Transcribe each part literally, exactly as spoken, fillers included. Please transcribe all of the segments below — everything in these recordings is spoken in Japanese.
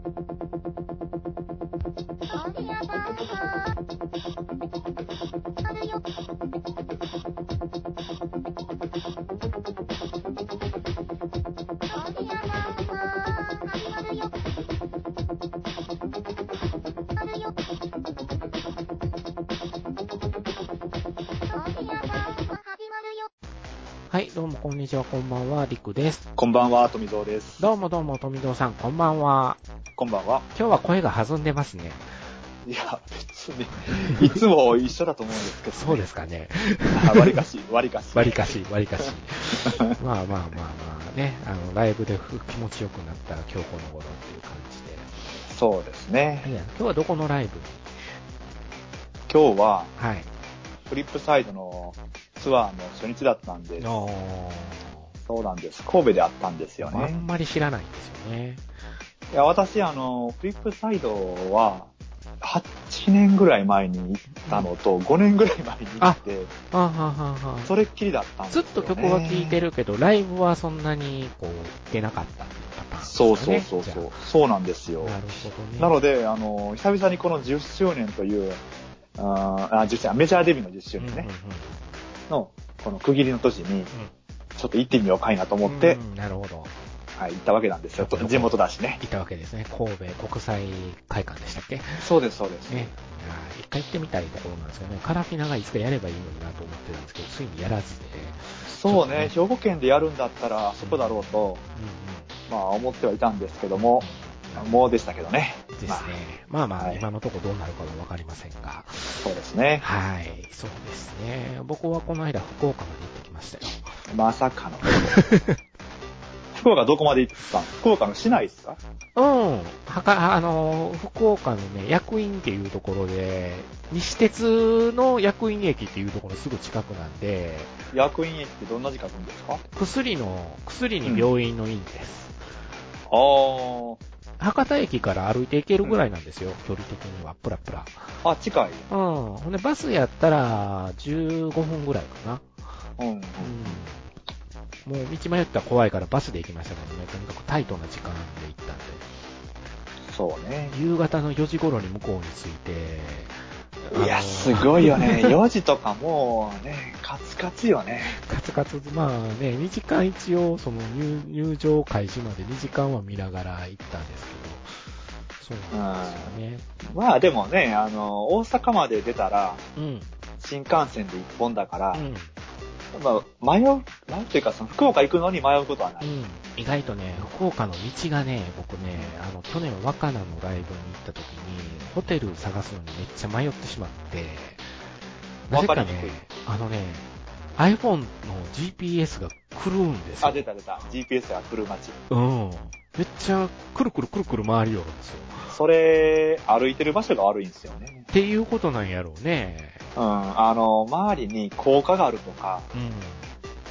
はい、どうもこんにちは、こんばんは、りくです。 こんばんは、富蔵です。 どうもどうも、富蔵さん、こんばんは。 こんばんは。 今日は声が弾んでますね。 いや、別に、いつも一緒だと思うんですけど、ね。 そうですかね。 割りかし、割りかし。 割りかし、割りかし。まあまあまあまあね、あの、ライブで気持ちよくなった今日この頃っていう感じで。 そうですね。 いや、今日はどこのライブに？ 今日は、 はい。 フリップサイドのツアーの初日だったんです。そうなんです。神戸であったんですよね。 あんまり知らないんですよね。 いや、私、あの、フリップサイドは、はちねんぐらい前に行ったのと、ごねんぐらい前に行って、 あはははそれっきりだったんですよ、ね。 ずっと曲は聴いてるけど、ライブはそんなに、こう、出なかったっていうパターンですかね。 そうそうそうそう。そうなんですよ。 なるほどね。 なので、あの、久々にこのじゅっしゅうねんという、あじゅっしゅうねん、メジャーデビューのじゅっしゅうねんね、うんうんうん、の、この区切りの年に、ちょっと行ってみようかいなと思って、 うんうん、なるほど。 はい、行ったわけなんですよ。地元だしね。 行ったわけですね。神戸国際会館でしたっけ？ そうです、そうです。 ね。一回行ってみたいところなんですよね。カラフィナがいつかやればいいのになと思ってるんですけど、ついにやらずで。 そうね、兵庫県でやるんだったら、そこだろうと、うんうん、まあ思ってはいたんですけども、もうでしたけどね。 ですね。まあまあ、はい、今のところどうなるかはわかりませんが。 そうですね。 はい、そうですね。僕はこの間福岡まで行ってきましたよ。 まさかの。福岡どこまで行ったん？福岡の市内ですか？ うん。はか、あの、福岡のね、薬院っていうところで、西鉄の薬院駅っていうところのすぐ近くなんで。 薬院駅ってどんな字書くんですか？ 薬の、薬に病院の院です。 うん、ああ。 博多駅から歩いて行けるぐらいなんですよ、うん、距離的には、プラプラ。 あ、近い。 うん。ほんで、バスやったら、じゅうごふんぐらいかな。うん。うんもう道迷ったら怖いからバスで行きましたけどね、とにかくタイトな時間で行ったんで。 そうね。 夕方のよじ頃に向こうに着いて。 いや、すごいよね。よじとかもうね、カツカツよね。 カツカツ、まあね、にじかん一応、その 入, 入場開始までにじかんは見ながら行ったんですけど、そうなんですよね。 まあでもね、あの、大阪まで出たら、 うん、 新幹線で一本だから、 うんまあ、迷う、なんていうか、その福岡行くのに迷うことはない。うん、 意外とね、福岡の道がね、僕ね、あの、去年若菜のライブに行った時に、ホテル探すのにめっちゃ迷ってしまって、なぜかね、あのね、iPhone の ジーピーエス が狂うんですよ。 あ、出た出た。ジーピーエス が来る街。 うん。めっちゃ、くるくるくるくる回りよるんですよ。 それ、歩いてる場所が悪いんですよね。 っていうことなんやろうね。 うん。あの、周りに高架があるとか、うん。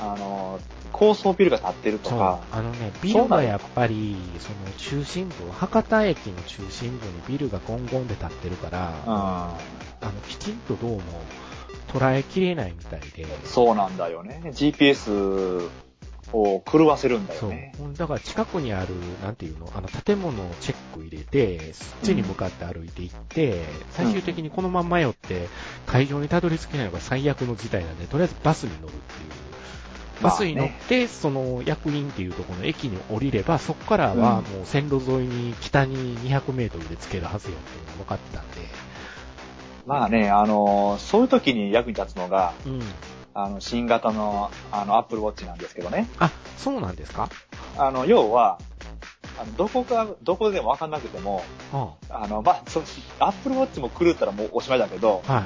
あの、高層ビルが建ってるとか。 あのね、ビルがやっぱり、その中心部、博多駅の中心部にビルがゴンゴンで建ってるから、うん、あの、きちんとどうも捉えきれないみたいで。 そうなんだよね。ジーピーエス、を狂わせるんだよね。 そう。だから近くにある、なんていうの、あの建物をチェック入れて、そっちに向かって歩いていって、うん、最終的にこのまんま迷って会場にたどり着けないのが最悪の事態なんで、とりあえずバスに乗るっていう。バスに乗って、まあね、その薬院っていうところの駅に降りれば、そこからはもう線路沿いに北ににひゃくメートルで着けるはずよっていうのが分かってたんで。 まあね、あのー、そういう時に役に立つのが、 うんあの、新型の、あの、Apple Watch なんですけどね。 あ、そうなんですか？ あの、要は、あの、どこか、どこでもわかんなくても、はあ、あの、まあ、そ、Apple Watch も狂ったらもうおしまいだけど、はい、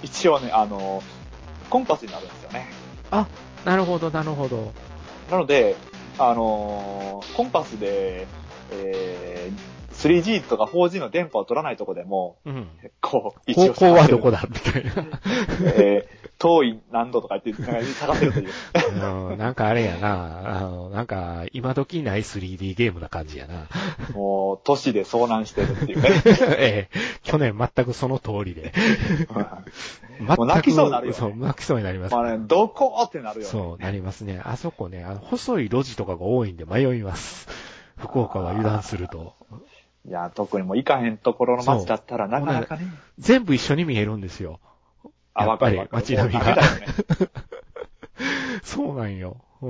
一応ね、あの、コンパスになるんですよね。 あ、なるほど、なるほど。 なので、あの、コンパスで、えー、スリージー とか フォージー の電波を取らないとこでも、うん、こう、 一応方向はどこだみたいな。 えー、遠い何度とか言って探せるという。 うん、なんかあれやな、あの、なんか今時ない スリーディー ゲームな感じやな。 もう、都市で遭難してるっていうね。 ええ、去年全くその通りで。 全くもう泣きそうになるよ、ね。 そう、泣きそうになります。 まあね、どこってなるよね。 そう、なりますね。あそこね、あの細い路地とかが多いんで迷います。福岡は油断すると。 いや、特にもう行かへんところの街だったらなかなかね。 全部一緒に見えるんですよ。 あ、わかるわかる。 街並みが。 ね、 そうなんよ。うん、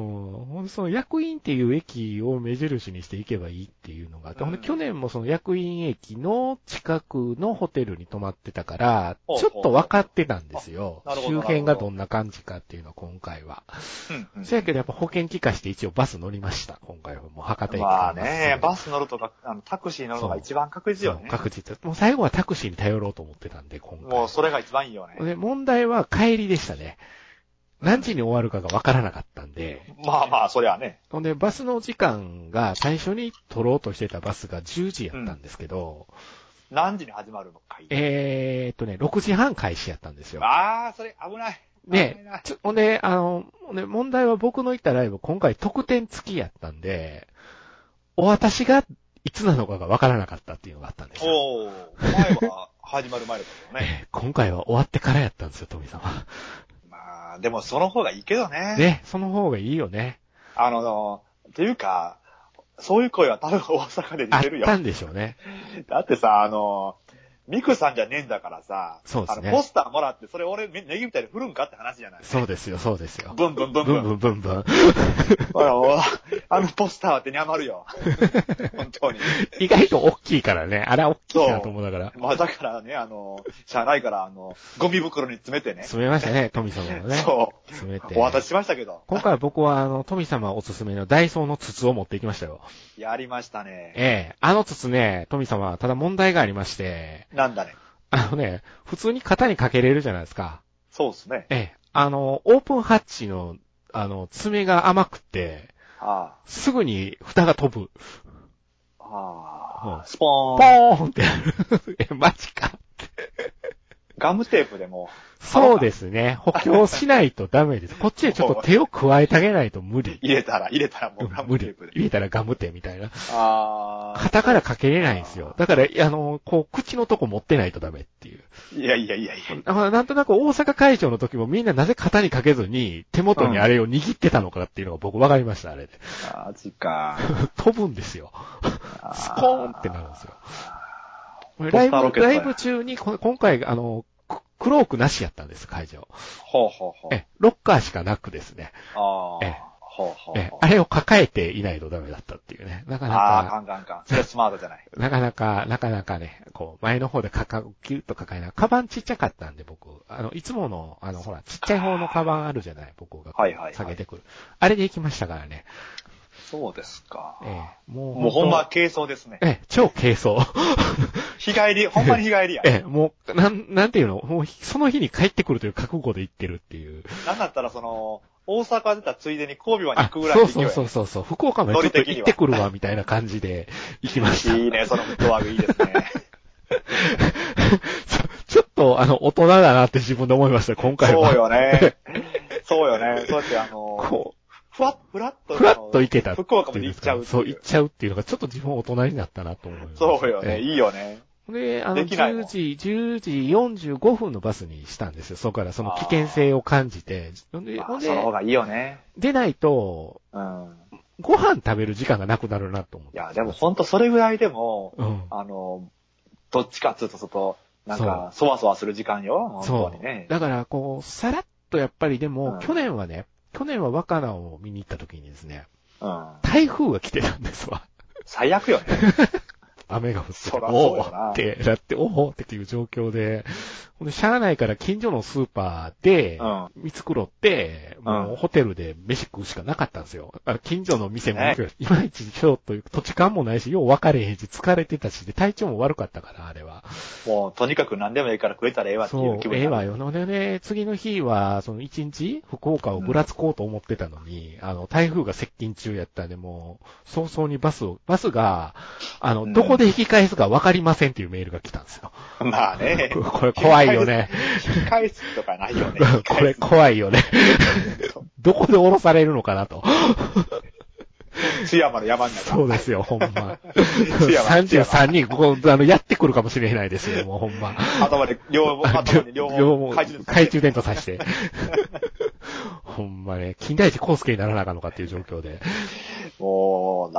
その役員っていう駅を目印にしていけばいいっていうのがあって、うん、ほんで去年もその役員駅の近くのホテルに泊まってたから、ちょっと分かってたんですよ。周辺がどんな感じかっていうのは今回は。うんうん、そやけどやっぱ保険機化して一応バス乗りました。今回はもう博多駅から。 まあね、バス乗るとか、あのタクシー乗るのが一番確実よね。 確実。もう最後はタクシーに頼ろうと思ってたんで、今回。 もうそれが一番いいよね。 で、問題は帰りでしたね。何時に終わるかが分からなかったんで。 まあまあ、そりゃね。 ほんで、バスの時間が最初に取ろうとしてたバスがじゅうじやったんですけど。 うん、何時に始まるのかいえーっとね、ろくじはん開始やったんですよ。 ああ、それ危ない。 ね、ちほんで、あの、ね、問題は僕の行ったライブ、今回特典付きやったんで、お渡しがいつなのかが分からなかったっていうのがあったんですよ。 おー、前は始まる前だったよね。 今回は終わってからやったんですよ、富様。 まあ、でもその方がいいけどね。 ね、その方がいいよね。 あの、っていうか、そういう声は多分大阪で出てるよ。 あったんでしょうね。 だってさ、あの、ミクさんじゃねえんだからさ、 そうですね。 あのポスターもらって、それ俺ネギみたいに振るんかって話じゃない。 そうですよ、そうですよ。 ブンブンブンブン。 ブンブンブンブン。 ほら、あのポスターは手に余るよ。本当に。 意外と大きいからね。あれは大きいなと思うだから。 まあだからね、あの、しゃあないから、あの、ゴミ袋に詰めてね。 詰めましたね、富様もね。 そう。 詰めて。 お渡ししましたけど。 今回は僕は、あの、富様おすすめのダイソーの筒を持っていきましたよ。 やりましたね。 ええ。あの筒ね、富様、ただ問題がありまして。 なんだね。 あのね、普通に型にかけれるじゃないですか。 そうですね。 ええ。あの、オープンハッチの、あの、爪が甘くて、 ああすぐに蓋が飛ぶ。 ああ、スポーン。 ポーンってやる。え、マジかって。 ガムテープでも。 そうですね。補強しないとダメです。こっちでちょっと手を加えてあげないと無理。 入れたら、入れたらもうガムテープで。 入れたらガムテみたいな。 ああ。 型からかけれないんですよ。だから、あの、こう、口のとこ持ってないとダメっていう。 いやいやいやいや。 なんとなく大阪会場の時もみんななぜ型にかけずに手元にあれを握ってたのかっていうのが僕分かりました、あれで。 マジか。 飛ぶんですよ。スコーンってなるんですよ。ライブ、ライブ中に、今回、あの、クロークなしやったんです、会場。 ほうほうほう。 え、ロッカーしかなくですね。 ああ。 え、 ほうほう。 え、あれを抱えていないとダメだったっていうね。なかなか。 ああ、カンカンカン。それスマートじゃない。 なかなか、なかなかね、こう、前の方でかか、ギュッと抱えながら、カバンちっちゃかったんで僕、あの、いつもの、あの、ほら、ちっちゃい方のカバンあるじゃない、僕が。 はいはいはい。 下げてくる。あれで行きましたからね。 そうですか。 ええ、もう。 もうほんま軽装ですね。 ええ、超軽装。 日帰り、ほんまに日帰りや。 ええ、もう、なん、なんていうの、もう、その日に帰ってくるという覚悟で行ってるっていう。 なんだったらその、大阪出たついでに神戸まで行くぐらいの勢い。そうそうそうそう。福岡までちょっと行ってくるわ、みたいな感じで行きました。 いいね、そのフットワークいいですね。 ちょっと、あの、大人だなって自分で思いました、今回は。 そうよね。そうよね。そうやってあの、こうふわっ、ふらっと。 ふらっと行けた。 福岡まで行っちゃう。 そう、行っちゃうっていうのが、ちょっと自分大人になったなと思います。 そうよね、いいよね。 で、あの、じゅうじ、じゅうじよんじゅうごふんのバスにしたんですよ。そこからその危険性を感じて。 ほんで、まあ、その方がいいよね。 でないと、うん、ご飯食べる時間がなくなるなと思って。 いや、でもほんとそれぐらいでも、うん、あの、どっちかっつうと外、なんか、そわそわする時間よ。本当にね。 だから、こう、さらっとやっぱりでも、うん、去年はね、去年は若菜を見に行った時にですね、うん、台風が来てたんですわ。 最悪よね。 雨が降って、おーって、だって、おーっていう状況で、ほんで、しゃあないから近所のスーパーで、見繕って、うん、もうホテルで飯食うしかなかったんですよ。近所の店も、ね、いまいちちょっと土地勘もないし、よう分かれへんし、疲れてたし、で、体調も悪かったから、あれは。 もう、とにかく何でもいいから食えたらええわっていう気分。 そう、ええわよ。でね、次の日は、その一日、福岡をぶらつこうと思ってたのに、うん、あの、台風が接近中やったんで、もう、早々にバスを、バスが、あの、うん、どこで引き返すか分かりませんっていうメールが来たんですよ。 まあね。 これ怖いよね。 引き返すとかないよね。 これ怖いよね。どこで降ろされるのかなと。 津山の山になる。 そうですよ、ほんま。さんじゅうさんにん、ここ、あの、やってくるかもしれないですよ、もうほんま。 頭で、両方、頭に両方、 懐中電灯さして。ほんまね、金田一光介にならなあかんのかっていう状況で。 もう、な、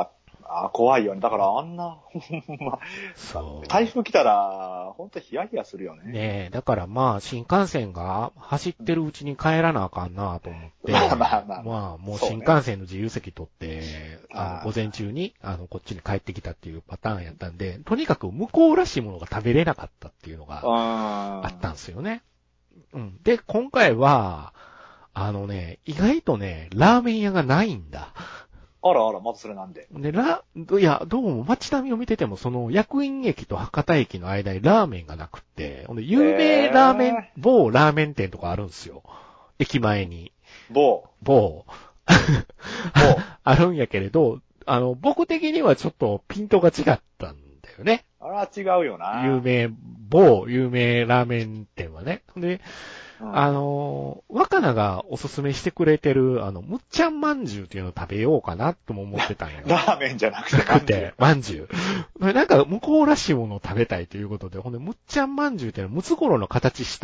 あ、怖いよね。だからあんな、ほんま、そう。台風来たら、ほんとヒヤヒヤするよね。 ねえ、だからまあ、新幹線が走ってるうちに帰らなあかんなと思って、 まあまあまあ、 まあ、もう新幹線の自由席取って、ね、あの、午前中に、あの、こっちに帰ってきたっていうパターンやったんで、とにかく向こうらしいものが食べれなかったっていうのがあったんですよね。うん。で、今回は、あのね、意外とね、ラーメン屋がないんだ。 あらあら、まずそれなんで。 で、ラ、いや、どうも街並みを見てても、その、薬院駅と博多駅の間にラーメンがなくって、ほんで、有名ラーメン、えー、某ラーメン店とかあるんですよ。駅前に。 某。 某。某。あるんやけれど、あの、僕的にはちょっとピントが違ったんだよね。 あら、違うよな。 有名、某有名ラーメン店はね。で、うん、あの、若菜がおすすめしてくれてる、あの、むっちゃんまんじゅうっていうのを食べようかなとも思ってたんよ。 ラーメンじゃなくて、まんじゅう。 まんじゅう。なんか、向こうらしいものを食べたいということで、ほんで、むっちゃんまんじゅうっていうのは、ムツゴロウの形した、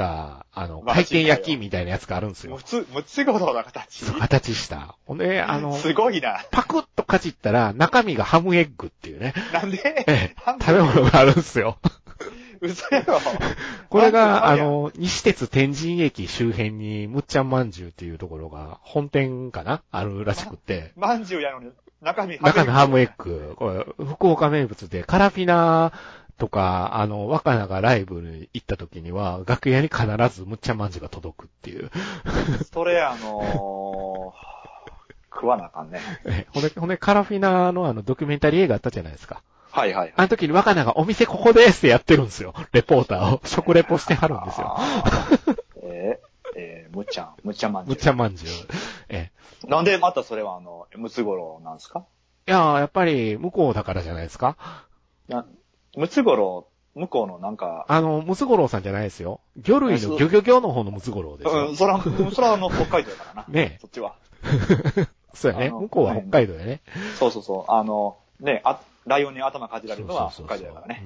あの、回転焼きみたいなやつがあるんですよ。 むつ、ムツゴロウの形そう、形した。ほんで、あの、 すごいな。 パクッとかじったら、中身がハムエッグっていうね。 なんで、 ええ、食べ物があるんですよ。 嘘やろ。 これが、あの、西鉄天神駅周辺に、むっちゃんまんじゅうっていうところが、本店かなあるらしくて。 まんじゅうやのに、中身ハムエッグ。中身ハムエッグ。これ、福岡名物で、カラフィナとか、あの、若菜がライブに行った時には、楽屋に必ずむっちゃんまんじゅうが届くっていう。 それ、あのー、食わなあかんね。 ほんで、ほんで、カラフィナのあの、ドキュメンタリー映画あったじゃないですか。 はいはい、はい。 あの時に若菜がお店ここですってやってるんですよ。レポーターを。食レポしてはるんですよ。 えー、えー、むっちゃん、むっちゃんまんじゅう。 むっちゃんまんじゅう。えー、なんでまたそれはあの、ムツゴロウなんですか？ いやー、やっぱり向こうだからじゃないですか。 な、ムツゴロウ、向こうのなんか。 あの、ムツゴロウさんじゃないですよ。魚類のギョギョギョの方のムツゴロウですよ。 うん、そら、そらあの、北海道だからな。 ねえ。 そっちは。 そうやね。向こうは北海道やね。 そうそうそう。あの、ねあ、ライオンに頭かじられるのは北海道だからね。 そうそうそうそう、うん。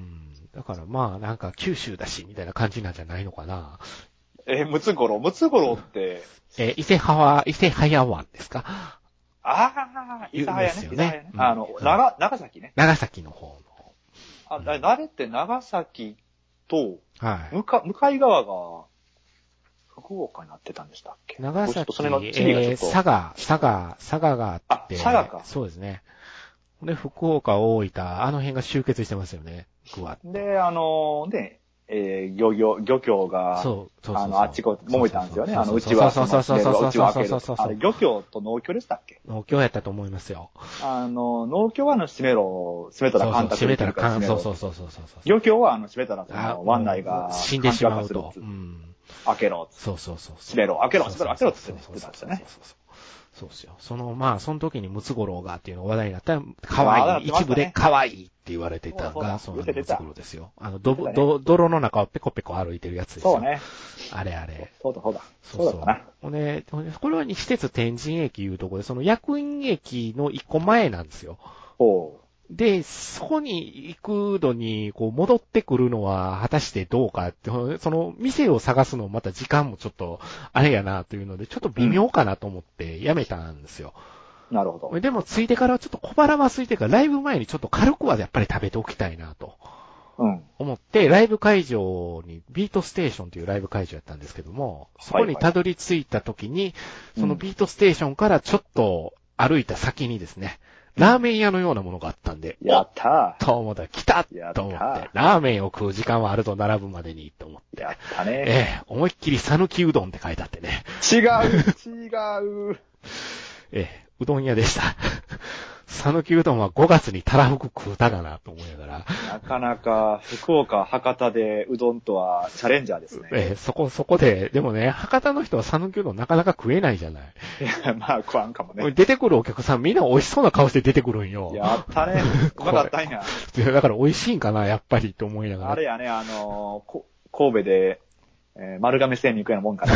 だからまあ、なんか九州だし、みたいな感じなんじゃないのかな。 えー、ムツゴロウ、ムツゴロウって、 えー、伊勢は、伊勢早湾ですか？ ああ、伊勢早ね。伊勢早ね。あの、 うん、 長、長崎ね。 長崎の方の。 あ、あれ、慣れって長崎と、 はい。 向か、向かい側が、福岡になってたんでしたっけ？ 長崎、 それの次がちょっと、 えー、佐賀、佐賀、佐賀があって。 あ、佐賀か。 そうですね。で、福岡、大分、あの辺が集結してますよね。ぐわっと。 で、あのー、ね、えー、漁業、漁協が、 そう、そうそうそう、 あの、あっちこ揉めたんですよね。あの、うちは、 そうそうそうそうそう、 うちは開ける。あれ、漁協と農協でしたっけ？ 農協やったと思いますよ。 あの、農協はあの、閉めろ、閉めたら干拓閉めたら干、そうそうそうそうそう。 漁協はあの、閉めたら、その、湾内が死んでしまうと。うん。 開けろ。 そうそうそう。 閉めろ、開けろ、閉めろ、開けろって言ってたんですよね。 そうそうそう。そうですよ。その、まあ、その時にムツゴロウがっていうのが話題になったら、可愛い、一部で可愛いって言われてたのが、そのムツゴロウですよ。あの、ど、ど、泥の中をペコペコ歩いてるやつですよ。 そうね。 あれあれ。 そうだ、そうだ。 そうそう。ほんで、これは西鉄天神駅いうところで、その薬院駅の一個前なんですよ。 ほう。 で、そこに行くのに、こう、戻ってくるのは、果たしてどうかって、その、店を探すのまた時間もちょっと、あれやな、というので、ちょっと微妙かなと思って、やめたんですよ。 うん、なるほど。 でも、ついてからちょっと小腹は空いてから、ライブ前にちょっと軽くはやっぱり食べておきたいな、と。 うん。 思って、ライブ会場に、ビートステーションというライブ会場やったんですけども、そこにたどり着いた時に、はいはい、そのビートステーションからちょっと歩いた先にですね、ラーメン屋のようなものがあったんで、 やったーと思ったら、来たと思って、ラーメンを食う時間はあると並ぶまでにと思って。 やったね。 ええ、思いっきり讃岐うどんって書いてあってね。 違う、違う。 ええ、うどん屋でした。讃岐うどんはごがつにたらふく食うたかなと思いながら。 なかなか、福岡、博多でうどんとはチャレンジャーですね。 ええ、そこ、そこで、でもね、博多の人は讃岐うどんなかなか食えないじゃない。 いや、まあ、食わんかもね。 出てくるお客さんみんな美味しそうな顔して出てくるんよ。 やったね。うまかったんや。 だから美味しいんかな、やっぱりと思いながら。 あれやね、あのー、神戸で、えー、丸亀製に行くようなもんかな。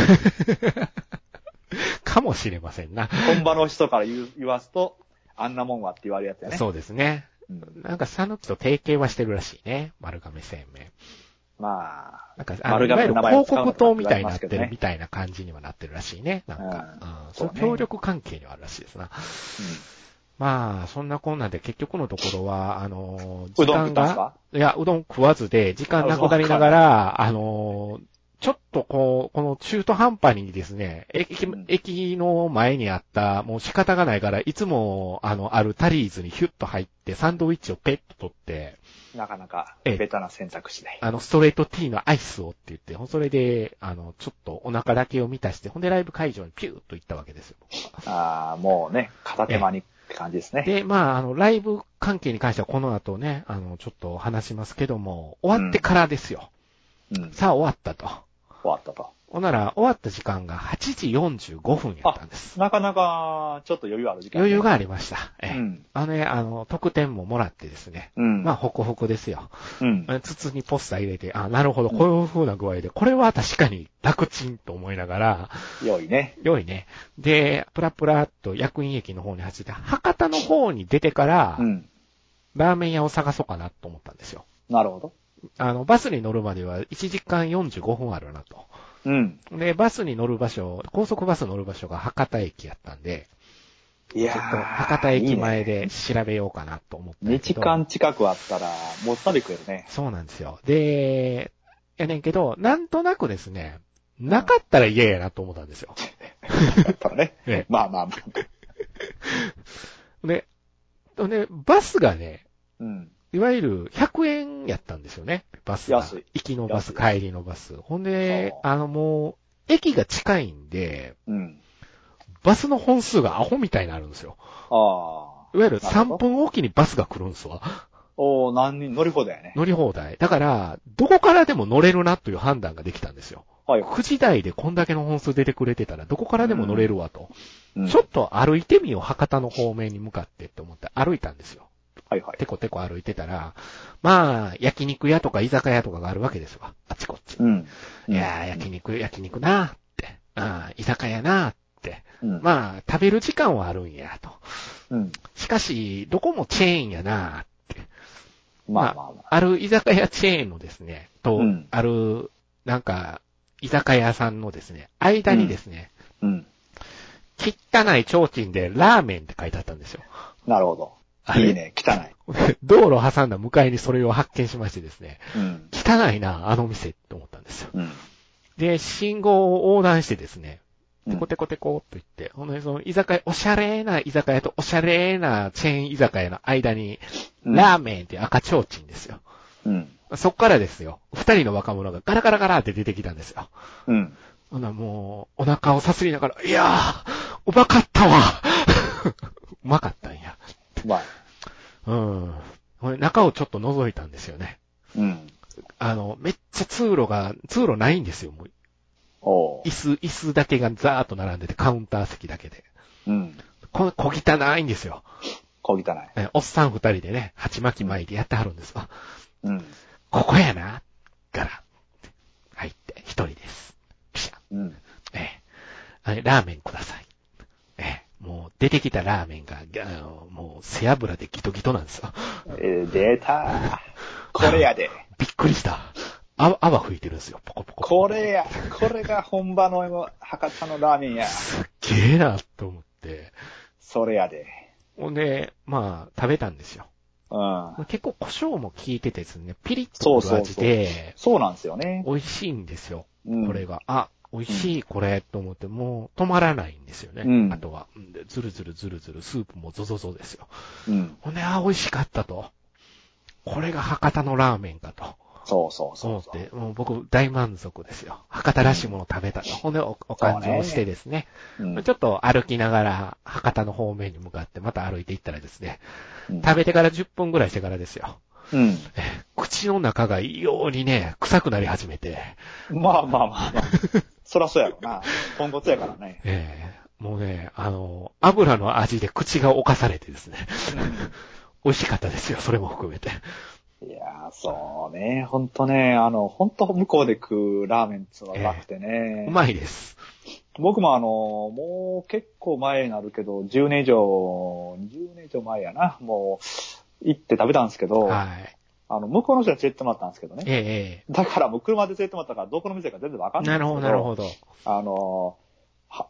かもしれませんな。 本場の人から言言わすと、あんなもんはって言われるやつやね。 そうですね。うん、なんか、讃岐と提携はしてるらしいね。丸亀製麺。 まあ、 なんか、あの、いわゆる広告塔みたいになってるみたいな感じにはなってるらしいね。なんか、うん、そういう協力関係にはあるらしいですな。 まあ、そんなこんなんで結局のところは、あの、 時間が、うどん食ったんすか？ いや、うどん食わずで、時間なくなりながら、あの、ちょっとこう、この中途半端にですね、駅、駅の前にあった、もう仕方がないから、いつも、あの、あるタリーズにヒュッと入って、サンドイッチをペッと取って、 なかなか、ベタな選択肢で。 あの、ストレートティーのアイスをって言って、それで、あの、ちょっとお腹だけを満たして、ほんでライブ会場にピューッと行ったわけですよ。 ああ、もうね、片手間にって感じですね。 で、まあ、あの、ライブ関係に関してはこの後ね、あの、ちょっと話しますけども、終わってからですよ。うん。さあ、終わったと。 終わったと。 ほんなら、終わった時間がはちじよんじゅうごふんやったんです。 なかなか、ちょっと余裕ある時間、ね、 余裕がありました。ええ。うん、あのね、あの、特典ももらってですね。うん。まあ、ホクホクですよ。うん。筒にポスター入れて、あ、なるほど、こういう風な具合で、これは確かに楽ちんと思いながら。 良いね。 良いね。で、プラプラっと薬院駅の方に走って、博多の方に出てから、うん。ラーメン屋を探そうかなと思ったんですよ。 なるほど。 あの、バスに乗るまではいちじかんよんじゅうごふんあるなと。うん。で、バスに乗る場所、高速バス乗る場所が博多駅やったんで、いやー、ちょっと博多駅前で調べようかなと思ったんにじかん近くあったら、もったり食えるね。 そうなんですよ。で、やねんけど、なんとなくですね、なかったら嫌やなと思ったんですよ。 だったらね。ねまあまあまあ。 で、で、バスがね、うん。いわゆるひゃくえんやったんですよね。バスが。安い。行きのバス、帰りのバス。ほんで、あのもう、駅が近いんで、うん。バスの本数がアホみたいになるんですよ。ああ。いわゆるさんぷんおきにバスが来るんですわ。 おー、何人乗り放題やね。 乗り放題。だから、どこからでも乗れるなという判断ができたんですよ。はい。くじ台でこんだけの本数出てくれてたら、どこからでも乗れるわと。うん、ちょっと歩いてみよう、博多の方面に向かってって思って歩いたんですよ。はいはい。てこてこ歩いてたら、まあ、焼肉屋とか居酒屋とかがあるわけですわ。あっちこっち。うん。いやー、焼肉、焼肉なーって。ああ、居酒屋なーって。うん、まあ、食べる時間はあるんや、と。うん。しかし、どこもチェーンやなーって。まあまあまあ。ある居酒屋チェーンのですね、と、うん、ある、なんか、居酒屋さんのですね、間にですね、うん。うん、汚い提灯でラーメンって書いてあったんですよ。 なるほど。いいね、汚い。 道路を挟んだ向かいにそれを発見しましてですね、うん、汚いな、あの店って思ったんですよ。うん、で、信号を横断してですね、テコテコテコっと言って、ほんでその居酒屋、おしゃれな居酒屋とおしゃれなチェーン居酒屋の間に、ラーメンって赤ちょうちんですよ。うん、そっからですよ、二人の若者がガラガラガラって出てきたんですよ。うん、ほなもう、お腹をさすりながら、いやー、うまかったわうまかったんや。うまい。うん。これ中をちょっと覗いたんですよね。うん。あの、めっちゃ通路が、通路ないんですよ、もう。お椅子、椅子だけがザーッと並んでて、カウンター席だけで。うん。こ小汚いんですよ。 小汚い。 え、おっさん二人でね、鉢巻き巻いてやってはるんですわ。うん。ここやな、から。入って、一人です。ピシャ。うん。ええ。あれ、ラーメンください。ええ。もう出てきたラーメンが、あのもう背脂でギトギトなんですよ。 えー、出たー。これやで。 びっくりした。あ、泡吹いてるんですよ。ポコポコ。 これや。これが本場の博多のラーメンや。 すっげえなと思って。 それやで。 ほんで、まあ、食べたんですよ。うん。結構胡椒も効いててですね、ピリッとくる味で。 そうそうそう。そうなんですよね。 美味しいんですよ。うん、これが。あ、美味しいこれと思ってもう止まらないんですよね。うん、あとは、ずるずるずるずるスープもゾゾゾですよ。うん、ほんで、あ、美味しかったと。これが博多のラーメンかと。 そうそうそうそう。思って、もう僕大満足ですよ。博多らしいもの食べたと。うん、ほんでお、お勘定をしてですね、うん。ちょっと歩きながら博多の方面に向かってまた歩いていったらですね、うん、食べてからじゅっぷんぐらいしてからですよ。うん、口の中が異様にね、臭くなり始めて。 まあまあまあまあ。そらそうやろな。豚骨やからね。 ええー、もうね、あの、油の味で口が侵されてですね。うん、美味しかったですよ、それも含めて。 いやー、そうね。ほんとね、あの、ほんと向こうで食うラーメンっていうのがうまくてね、 えー。うまいです。 僕もあの、もう結構前になるけど、じゅうねん以上、にじゅうねん以上前やな。もう、行って食べたんですけど、はい。あの、向こうの人に連れてってもらったんですけどね。ええ。だからもう車で連れてってもらったから、どこの店か全然わかんないんですけど。 なるほど、なるほど。 あの、は、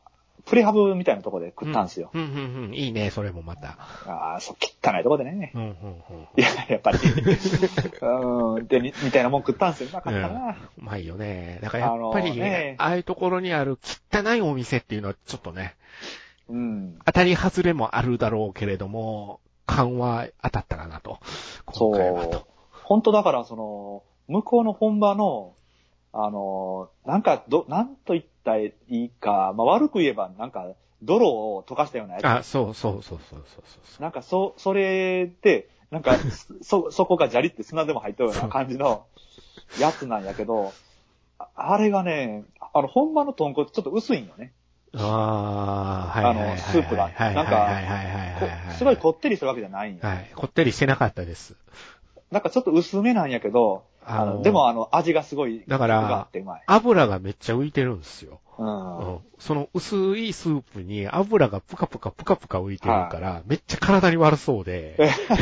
プレハブみたいなところで食ったんですよ。 うん、うん、うん、うん。いいね、それもまた。 ああ、そう、汚いとこでね。 うん、うん、うん。 いや、やっぱり。うん、で、みたいなもん食ったんですよ。うまかったな。うん、うまいよね。だからやっぱり、あ, ね、ああいうところにある汚いお店っていうのはちょっとね、うん。当たり外れもあるだろうけれども、勘は当たったかなと。今回はと。そう。 本当だから、その、向こうの本場の、あの、なんか、ど、なんと言ったらいいか、まあ、悪く言えば、なんか、泥を溶かしたようなやつ。 あ、そうそうそうそうそうそう。 なんか、そ、それで、なんか、そ、そこが砂利って砂でも入ったような感じのやつなんやけど、あ, あれがね、あの、本場の豚骨ちょっと薄いんよね。 ああ、はいはいはい、はい。 あの、スープが。なんか、すごいこってりするわけじゃないんよ。 はい。こってりしてなかったです。 なんかちょっと薄めなんやけど、あの、でもあの、味がすごい、 だから、油がめっちゃ浮いてるんですよ。うん、うん。その薄いスープに油がプカプカプカプカ浮いてるから、はい、めっちゃ体に悪そうで。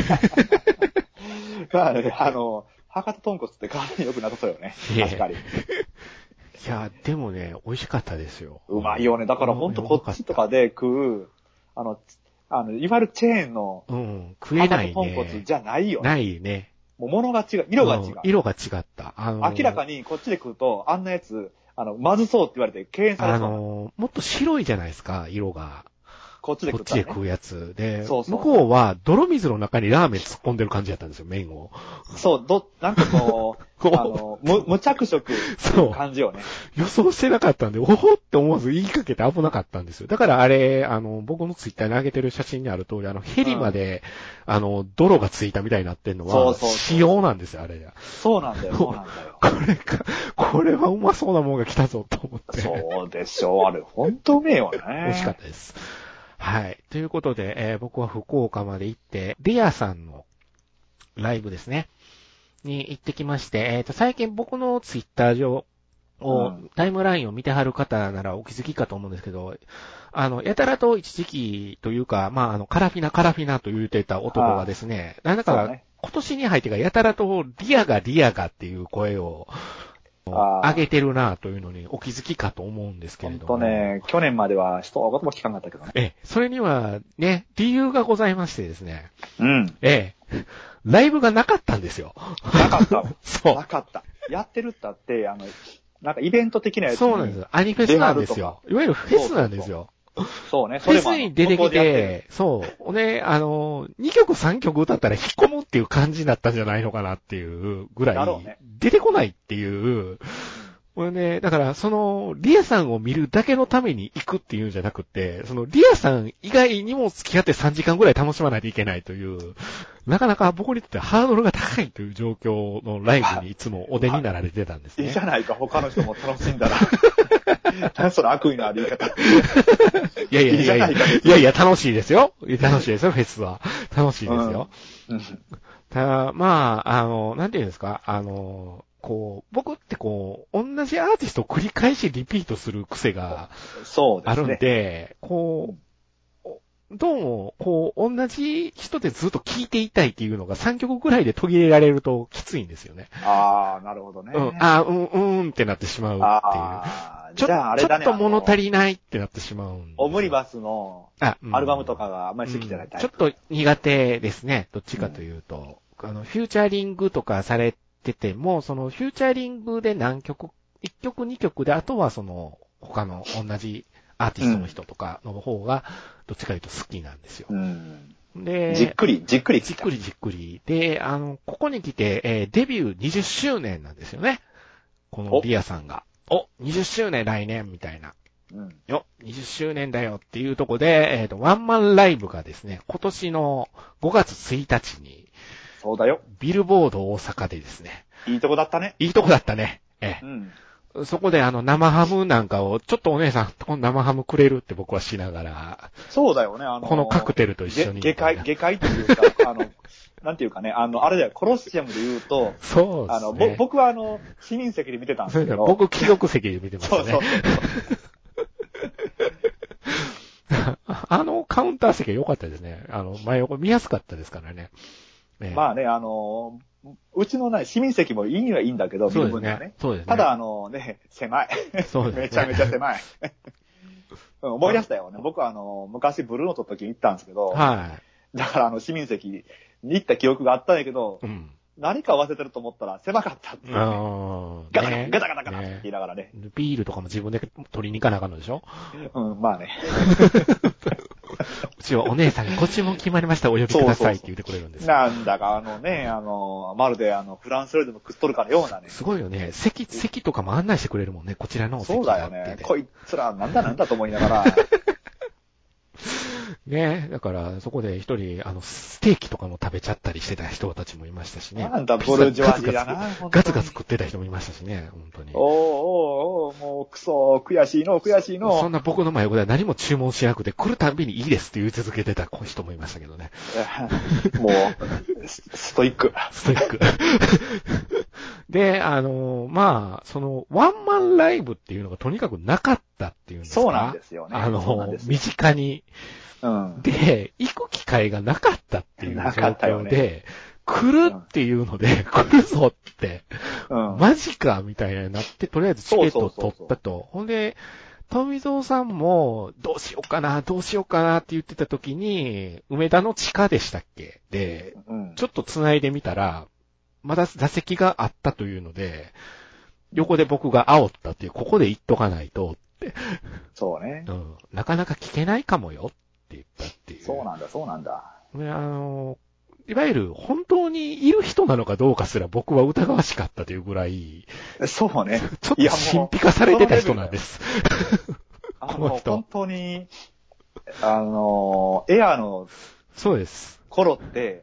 まあね、あの、博多豚骨って体に良くなさそうよね。確かに。 いや、でもね、美味しかったですよ。 うまいよね。だからほんとこっちとかで食う、あの、あの、いわゆるチェーンの、 うん、食えないね。 博多豚骨じゃないよね。 ないね。 もう物が違う、色が違う。うん、 色が違った。あのー、 明らかにこっちで食うと、あんなやつ、あの、まずそうって言われて敬遠されそう。 あのー、もっと白いじゃないですか、色が。 こっちで食った、ね、 こっちで食うやつ。で、 そうそう向こうは泥水の中にラーメン突っ込んでる感じだったんですよ、麺を。 そう、ど、なんかこう、あの、無、無着色の感じよね。 予想してなかったんで、おほって思わず言いかけて危なかったんですよ。だからあれ、あの、僕のツイッターに上げてる写真にある通り、あの、ヘリまで、うん、あの、泥がついたみたいになってんのは、そうそうそう仕様なんですよ、あれが。 そうなんだよ、そうなんだよ。 これか、これはうまそうなもんが来たぞ、と思って。 そうでしょう、あれ、ほんとうめえよね。 美味しかったです。はい。ということで、えー、僕は福岡まで行って、ディアさんのライブですね。に行ってきまして、えっと、最近僕のツイッター上を、うん、タイムラインを見てはる方ならお気づきかと思うんですけど、あの、やたらと一時期というか、まあ、あの、カラフィナカラフィナと言ってた男がですね、なんだか、ね、今年に入ってからやたらとリアがリアがっていう声を、上げてるなというのにお気づきかと思うんですけれども。 ほんとね、去年までは人のことも聞かなかったけどね。 ええ、それにはね、理由がございましてですね。 うん。 ええ、ライブがなかったんですよ。 なかった。 そう。 なかった。やってるったって、あの、なんかイベント的なやつに。 そうなんですよ。アニフェスなんですよ。いわゆるフェスなんですよ。 そうね。 フェスに出てきて、そう。ね、あの、にきょくさんきょく歌ったら引っ込むっていう感じだったんじゃないのかなっていうぐらい、ね、出てこないっていう、これね、だから、その、リアさんを見るだけのために行くっていうんじゃなくて、その、リアさん以外にも付き合ってさんじかんぐらい楽しまないといけないという、なかなか僕にとってハードルが高いという状況のライブにいつもお出になられてたんですね。 いいじゃないか、他の人も楽しんだら。何その悪意のある言い方。いやいやいやいや、いやいや、楽しいですよ。楽しいですよ、フェスは。楽しいですよ。うん、ただ、まあ、あの、なんていうんですか、あの、こう、僕ってこう、同じアーティストを繰り返しリピートする癖があるんで、でね、こう、どうも、こう、同じ人でずっと聴いていたいっていうのがさんきょくぐらいで途切れられるときついんですよね。 ああ、なるほどね。 うん、あー、うん、うんってなってしまうっていう。あちょじゃああれだね。ちょっと物足りないってなってしまうんですよ。 オムニバスのアルバムとかがあんまり好きじゃないタイプ、 うんうん、ちょっと苦手ですね。どっちかというと。うん、あの、フューチャリングとかされてても、そのフューチャリングで何曲、いっきょくにきょくで、あとはその他の同じアーティストの人とかの方が、どっちかというと好きなんですよ。うん、で、 じっくり、じっくりじっくりじっくり。で、あの、ここに来て、えー、デビューにじゅっしゅうねんなんですよね。このリアさんが。お、にじゅっしゅうねん来年みたいな。うん。よ、にじゅっしゅうねんだよっていうとこで、えっと、ワンマンライブがですね、今年のごがつついたちに、 そうだよ。 ビルボード大阪でですね。 いいとこだったね。 いいとこだったね。ええ。うん。そこであの生ハムなんかを、ちょっとお姉さん、この生ハムくれるって僕はしながら。 そうだよね、あのー、 このカクテルと一緒に。 下界、下界というか、あの、なんていうかね、あの、あれだよ、コロッシアムで言うと、 そうですね。 あの、ぼ、僕はあの、市民席で見てたんですけど。 僕、貴族席で見てましたね。そうそうそうあのカウンター席は良かったですね。あの、真横見やすかったですからね。 ねまあね、あの、うちのね、市民席もいいにはいいんだけど、見る分にはね。 そうですね。 ただあのね、狭い。そうですね。めちゃめちゃ狭い。 うん、思い出したよね。僕はあの、昔ブルーノートの時に行ったんですけど、 はい。 だからあの、市民席に行った記憶があったんやけど、 うん。 何か忘れてると思ったら狭かったっていう、ね。 あガタガタガタガタガタって言いながらね。 ビールとかも自分で取りに行かなあかんのでしょ？ うん、まあね。 うちはお姉さんがご注文決まりましたお呼びくださいって言ってくれるんですよ。 そうそうそうなんだかあのね、あの、まるであの、フランス料理でも食っとるかのようなね。 すごいよね。席、席とかも案内してくれるもんね。こちらのお席そうだよね。こいつらなんだなんだと思いながら。 ねだから、そこで一人、あの、ステーキとかも食べちゃったりしてた人たちもいましたしね。 なんだ、ブルジョワジーだな。 ガツガツ食ってた人もいましたしね、本当に。 おーおーおーもうクソ、悔しいの、悔しいの。 そんな僕の前では何も注文しなくて、来るたんびにいいですって言い続けてた人もいましたけどね。 もう、ストイック。 ストイック。で、あの、まあ、その、ワンマンライブっていうのがとにかくなかったっていうんですか？ そうなんですよね。 あの、身近に。 うん、 で、行く機会がなかったっていう状況で、ね、来るっていうので、うん、来るぞって、うん、マジかみたいになって、とりあえずチケットを取ったと。ほんで、富蔵さんも、どうしようかな、どうしようかなって言ってた時に、梅田の地下でしたっけで、うん、ちょっと繋いでみたら、まだ座席があったというので、横で僕が煽ったっていう、ここで言っとかないとって。 そうね。 うん。なかなか聞けないかもよって言ったっていう。 そうなんだ、そうなんだ。 ね、あの、いわゆる本当にいる人なのかどうかすら僕は疑わしかったというぐらい。 そうね。 ちょっと神秘化されてた人なんです。 この人。本当に、あの、エアの、 そうです。 頃って、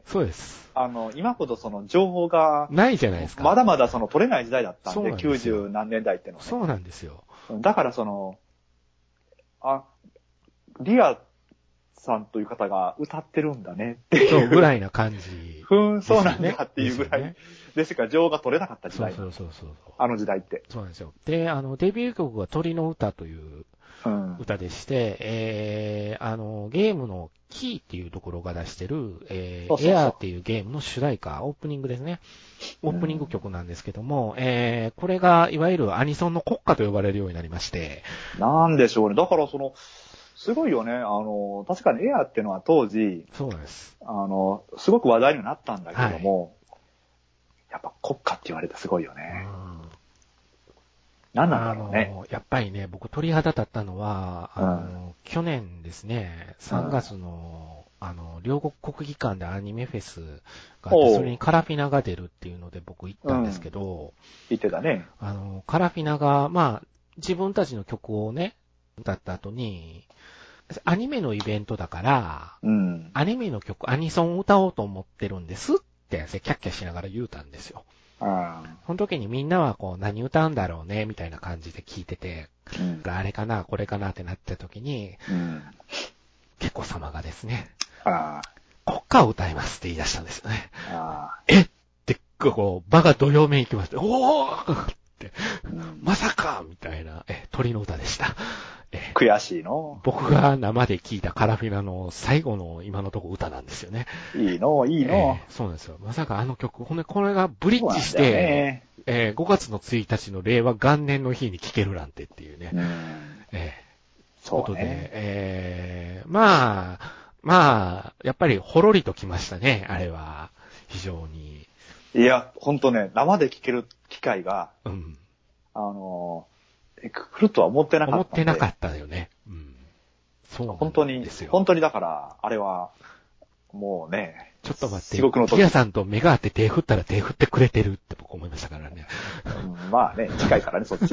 そうです。 あの、今ほどその情報が、 ないじゃないですか。 まだまだその取れない時代だったんで、きゅうじゅう何年代ってのは、ね。 そうなんですよ。 だからその、あ、リアさんという方が歌ってるんだねっていう。 そうぐらいな感じ、 ふーん、そうなんだっていうぐらい。で, でしか情報が取れなかった時代。 そうそうそうそう。 あの時代って。 そうなんですよ。で、あの、デビュー曲が鳥の歌という歌でして、うん、えー、あの、ゲームのキーっていうところが出してる、えー、そうそうそうエアーっていうゲームの主題歌、オープニングですね。オープニング曲なんですけども、うん、えー、これがいわゆるアニソンの国歌と呼ばれるようになりまして。 なんでしょうね。だからその、すごいよね。あの、確かにエアーっていうのは当時、 そうです。 あの、すごく話題になったんだけども、はい、やっぱ国歌って言われてすごいよね。うん何なんだろうね。 あの、やっぱりね、僕鳥肌立ったのは、あの、うん、去年ですね、さんがつの、うん、あの、両国国技館でアニメフェスがあって、それにカラフィナが出るっていうので僕行ったんですけど、うん、 行ってたね。 あの、カラフィナが、まあ、自分たちの曲をね、歌った後に、アニメのイベントだから、うん、アニメの曲、アニソンを歌おうと思ってるんですって、キャッキャしながら言うたんですよ。うん、その時にみんなはこう何歌うんだろうねみたいな感じで聞いてて、うん、あれかなこれかなってなった時に、うん、結構様がですね、あ国歌を歌いますって言い出したんですよね。あえってこう場がどよめいきまして、おーって、うん、まさかみたいなえ鳥の歌でした。 え悔しいの。 僕が生で聞いたカラフィナの最後の今のところ歌なんですよね。 いいの、いいの、 えー。そうなんですよ。まさかあの曲、ほんでこれがブリッジして、ねえー、ごがつのついたちの令和元年の日に聴けるなんてっていうね。うんえー、そうね。ことで、えー、まあ、まあ、やっぱりほろりときましたね、あれは。非常に。 いや、ほんとね、生で聴ける機会が、うん、あのー、来るとは思ってなかった。 思ってなかったよね。うん。 そうなんですよ。本当に、本当にだから、あれは、もうね。 ちょっと待って、ギアさんと目が合って手振ったら手振ってくれてるって僕思いましたからね。 うん、まあね、近いからね、そっち。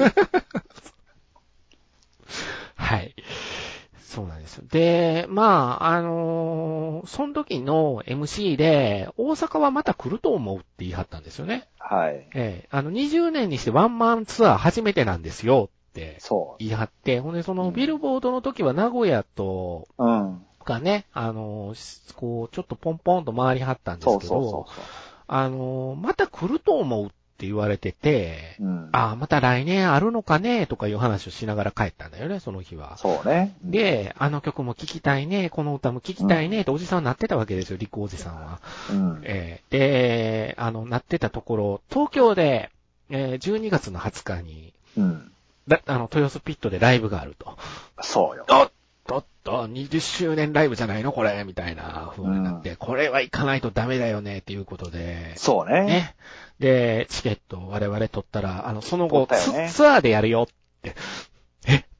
はい。そうなんですよ。で、まあ、あのー、その時の エムシー で、大阪はまた来ると思うって言い張ったんですよね。 はい。 ええー、あの、にじゅうねんにしてワンマンツアー初めてなんですよって言い張って、ほんで、そのビルボードの時は名古屋と、うん。がね、あのー、こう、ちょっとポンポンと回りはったんですけど、そうそうそうそうあのー、また来ると思うって言われてて、うん、ああ、また来年あるのかねとかいう話をしながら帰ったんだよね、その日は。 そうね。 うん、で、あの曲も聴きたいね、この歌も聴きたいねっておじさんになってたわけですよ、リコおじさんは。うん、えー、で、あの、なってたところ、東京で、えー、じゅうにがつのはつかに、うん、だあの、豊洲ピットでライブがあると。 そうよ。 あっとっと、にじゅっしゅうねんライブじゃないのこれみたいな風になって、うん、これは行かないとダメだよねっていうことで。 そうね。ね。 で、チケットを我々取ったら、あの、その後、ね、ツ, ツアーでやるよって、えって、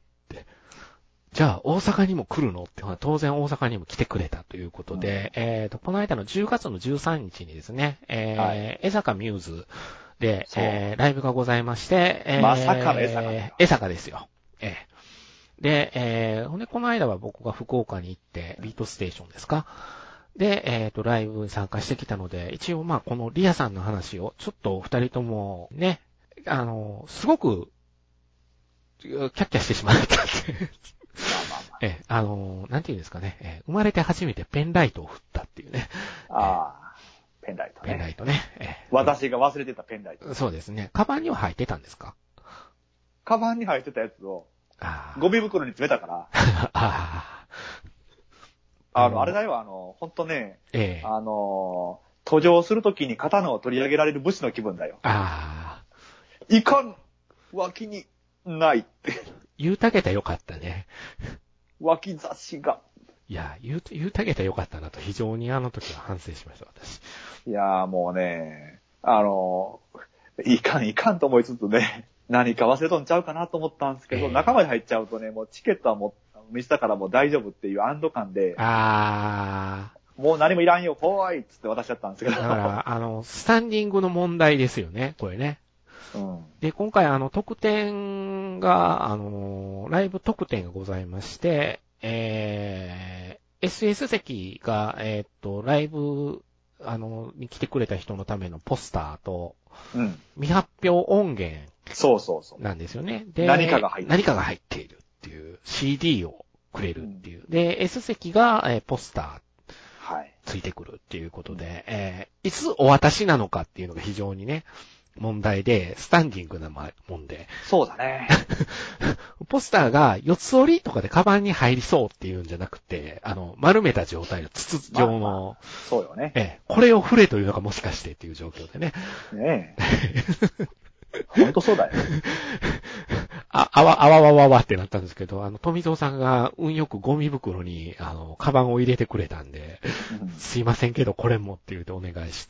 じゃあ大阪にも来るのって、当然大阪にも来てくれたということで、うん、えっと、この間のじゅうがつのじゅうさんにちにですね、えーはい、江坂ミューズで、えー、ライブがございまして、えー、 まさかの江坂江坂ですよ。えー、で、えー、ほんで、この間は僕が福岡に行って、ビートステーションですか。で、えっと、ライブに参加してきたので、一応まあ、このリアさんの話を、ちょっとお二人とも、ね、あの、すごく、キャッキャしてしまったって。え、あの、なんていうんですかね、え、生まれて初めてペンライトを振ったっていうね。 ああ、ペンライトね。 ペンライトね。え、 私が忘れてたペンライト。 そうですね。カバンには入ってたんですか？ カバンに入ってたやつを、ゴミ袋に詰めたから。ああの、あれだよ、あの、ほんとね、ええ、あの、登場するときに刀を取り上げられる武士の気分だよ。ああ。いかん脇にないって。 言うたげたよかったね。 脇差しが。 いや、言う、言うたげたよかったなと非常にあの時は反省しました、私。 いやーもうね、あの、いかんいかんと思いつつね、何か忘れとんちゃうかなと思ったんですけど、えー、中まで入っちゃうとね、もうチケットはもう、見せたからもう大丈夫っていう安堵感で、あー。もう何もいらんよ、ほーいっつって渡しちゃったんですけど。 だから、あの、スタンディングの問題ですよね、これね。うん、で、今回あの、特典が、あの、ライブ特典がございまして、えー、エスエス 席が、えー、っと、ライブ、あの、に来てくれた人のためのポスターと、うん、未発表音源。 そうそうそう。 なんですよね。で、 何かが入っている。 何かが入っているっていう シーディー をくれるっていう。うん、で、S 席が、えー、ポスター。はい。ついてくるっていうことで、うん、えー、いつお渡しなのかっていうのが非常にね、問題で、スタンディングなもんで。 そうだね。 ポスターが四つ折りとかでカバンに入りそうっていうんじゃなくて、あの、丸めた状態の筒状の、まあまあ、 そうよね。 ええ、これを振れというのがもしかしてっていう状況でね。ねえ。ほんとそうだよ。 あ、あわ、あわわわわってなったんですけど、あの、富蔵さんが運よくゴミ袋に、あの、カバンを入れてくれたんで、うん、すいませんけど、これもって言うてお願いして、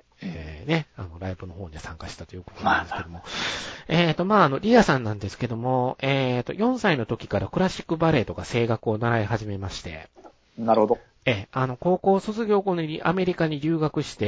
えー、ね、あの、ライブの方に参加したということなんですけども。まあ、えっと、まあ、あの、リアさんなんですけども、えっと、よんさいの時からクラシックバレエとか声楽を習い始めまして。 なるほど。 え、あの、高校卒業後にアメリカに留学して、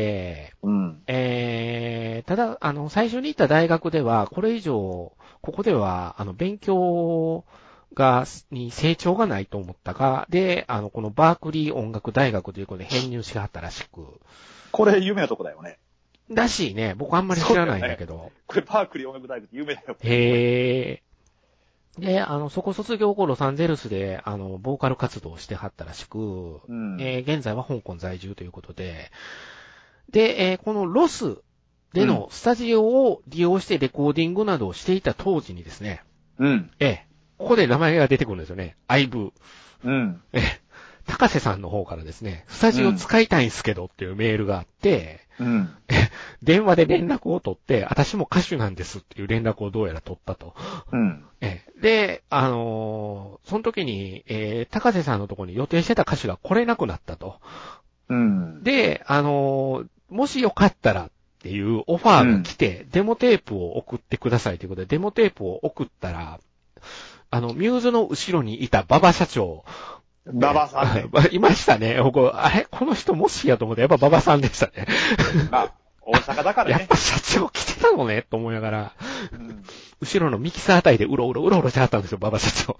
うん。えー、ただ、あの、最初に行った大学では、これ以上、ここでは、あの、勉強が、に成長がないと思ったが、で、あの、このバークリー音楽大学ということで編入しはったらしく。 これ有名なとこだよね。 らしいね。僕あんまり知らないんだけど。 ね、これバークリー音楽大学って有名だよ。 へー。で、あの、そこ卒業後ロサンゼルスで、あの、ボーカル活動をしてはったらしく、うん、えー、現在は香港在住ということで、で、えー、このロスでのスタジオを利用してレコーディングなどをしていた当時にですね、うん。えー、ここで名前が出てくるんですよね。アイブー。うん。えー、高瀬さんの方からですね、スタジオ使いたいんすけどっていうメールがあって、うん、電話で連絡を取って、私も歌手なんですっていう連絡をどうやら取ったと。うん、えで、あのー、その時に、えー、高瀬さんのところに予定してた歌手が来れなくなったと。うん、で、あのー、もしよかったらっていうオファーが来て、うん、デモテープを送ってくださいということで、デモテープを送ったら、あの、ミューズの後ろにいた馬場社長、 馬場さんね。 いましたね。僕、あれこの人もしやと思って、やっぱ馬場さんでしたね。 まあ、大阪だからね。 やっぱ社長来てたのね、と思いながら、うん、後ろのミキサーあたりでうろうろうろうろしてはったんですよ、馬場社長。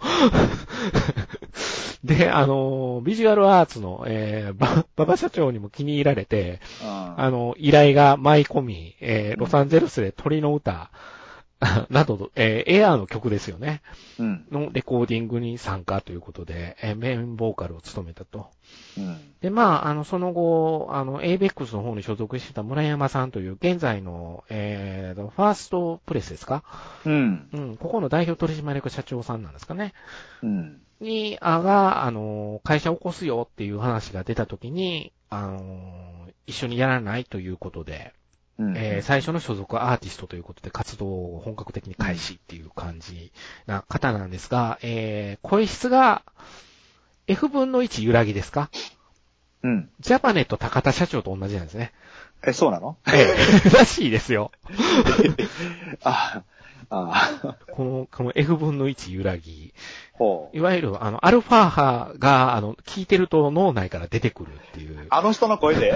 で、あの、ビジュアルアーツの、えー、馬場社長にも気に入られて、うん、あの、依頼が舞い込み、えー、ロサンゼルスで鳥の歌、など、えー、エアーの曲ですよね。うん。のレコーディングに参加ということで、えー、メインボーカルを務めたと。うん。で、まあ、あの、その後、あの、エイベックス の方に所属してた村山さんという、現在の、えー、ファーストプレスですか？うん。うん。ここの代表取締役社長さんなんですかね。うん。に、あが、あの、会社を起こすよっていう話が出たときに、あの、一緒にやらないということで、うんえー、最初の所属はアーティストということで活動を本格的に開始っていう感じな方なんですが、えー、声質が、 F 分のいち揺らぎですか？ うん。 ジャパネット高田社長と同じなんですね。 え、そうなの？ ええ、らしいですよ。 ああ。 この、この F 分のいち揺らぎ。 ほう。 いわゆる、あの、アルファ波が、あの、聞いてると脳内から出てくるっていう。 あの人の声で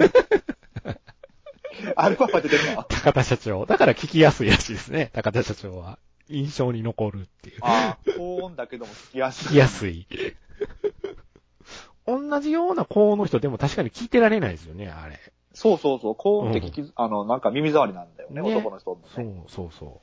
アルファ波出てるの？ 高田社長。だから聞きやすいらしいですね、高田社長は。印象に残るっていう。 ああ、高音だけども聞きやすい。 聞きやすい。同じような高音の人でも確かに聞いてられないですよね、あれ。 そうそうそう。高音って聞き、うん、あの、なんか耳障りなんだよね、ね、男の人もね。 そうそうそう。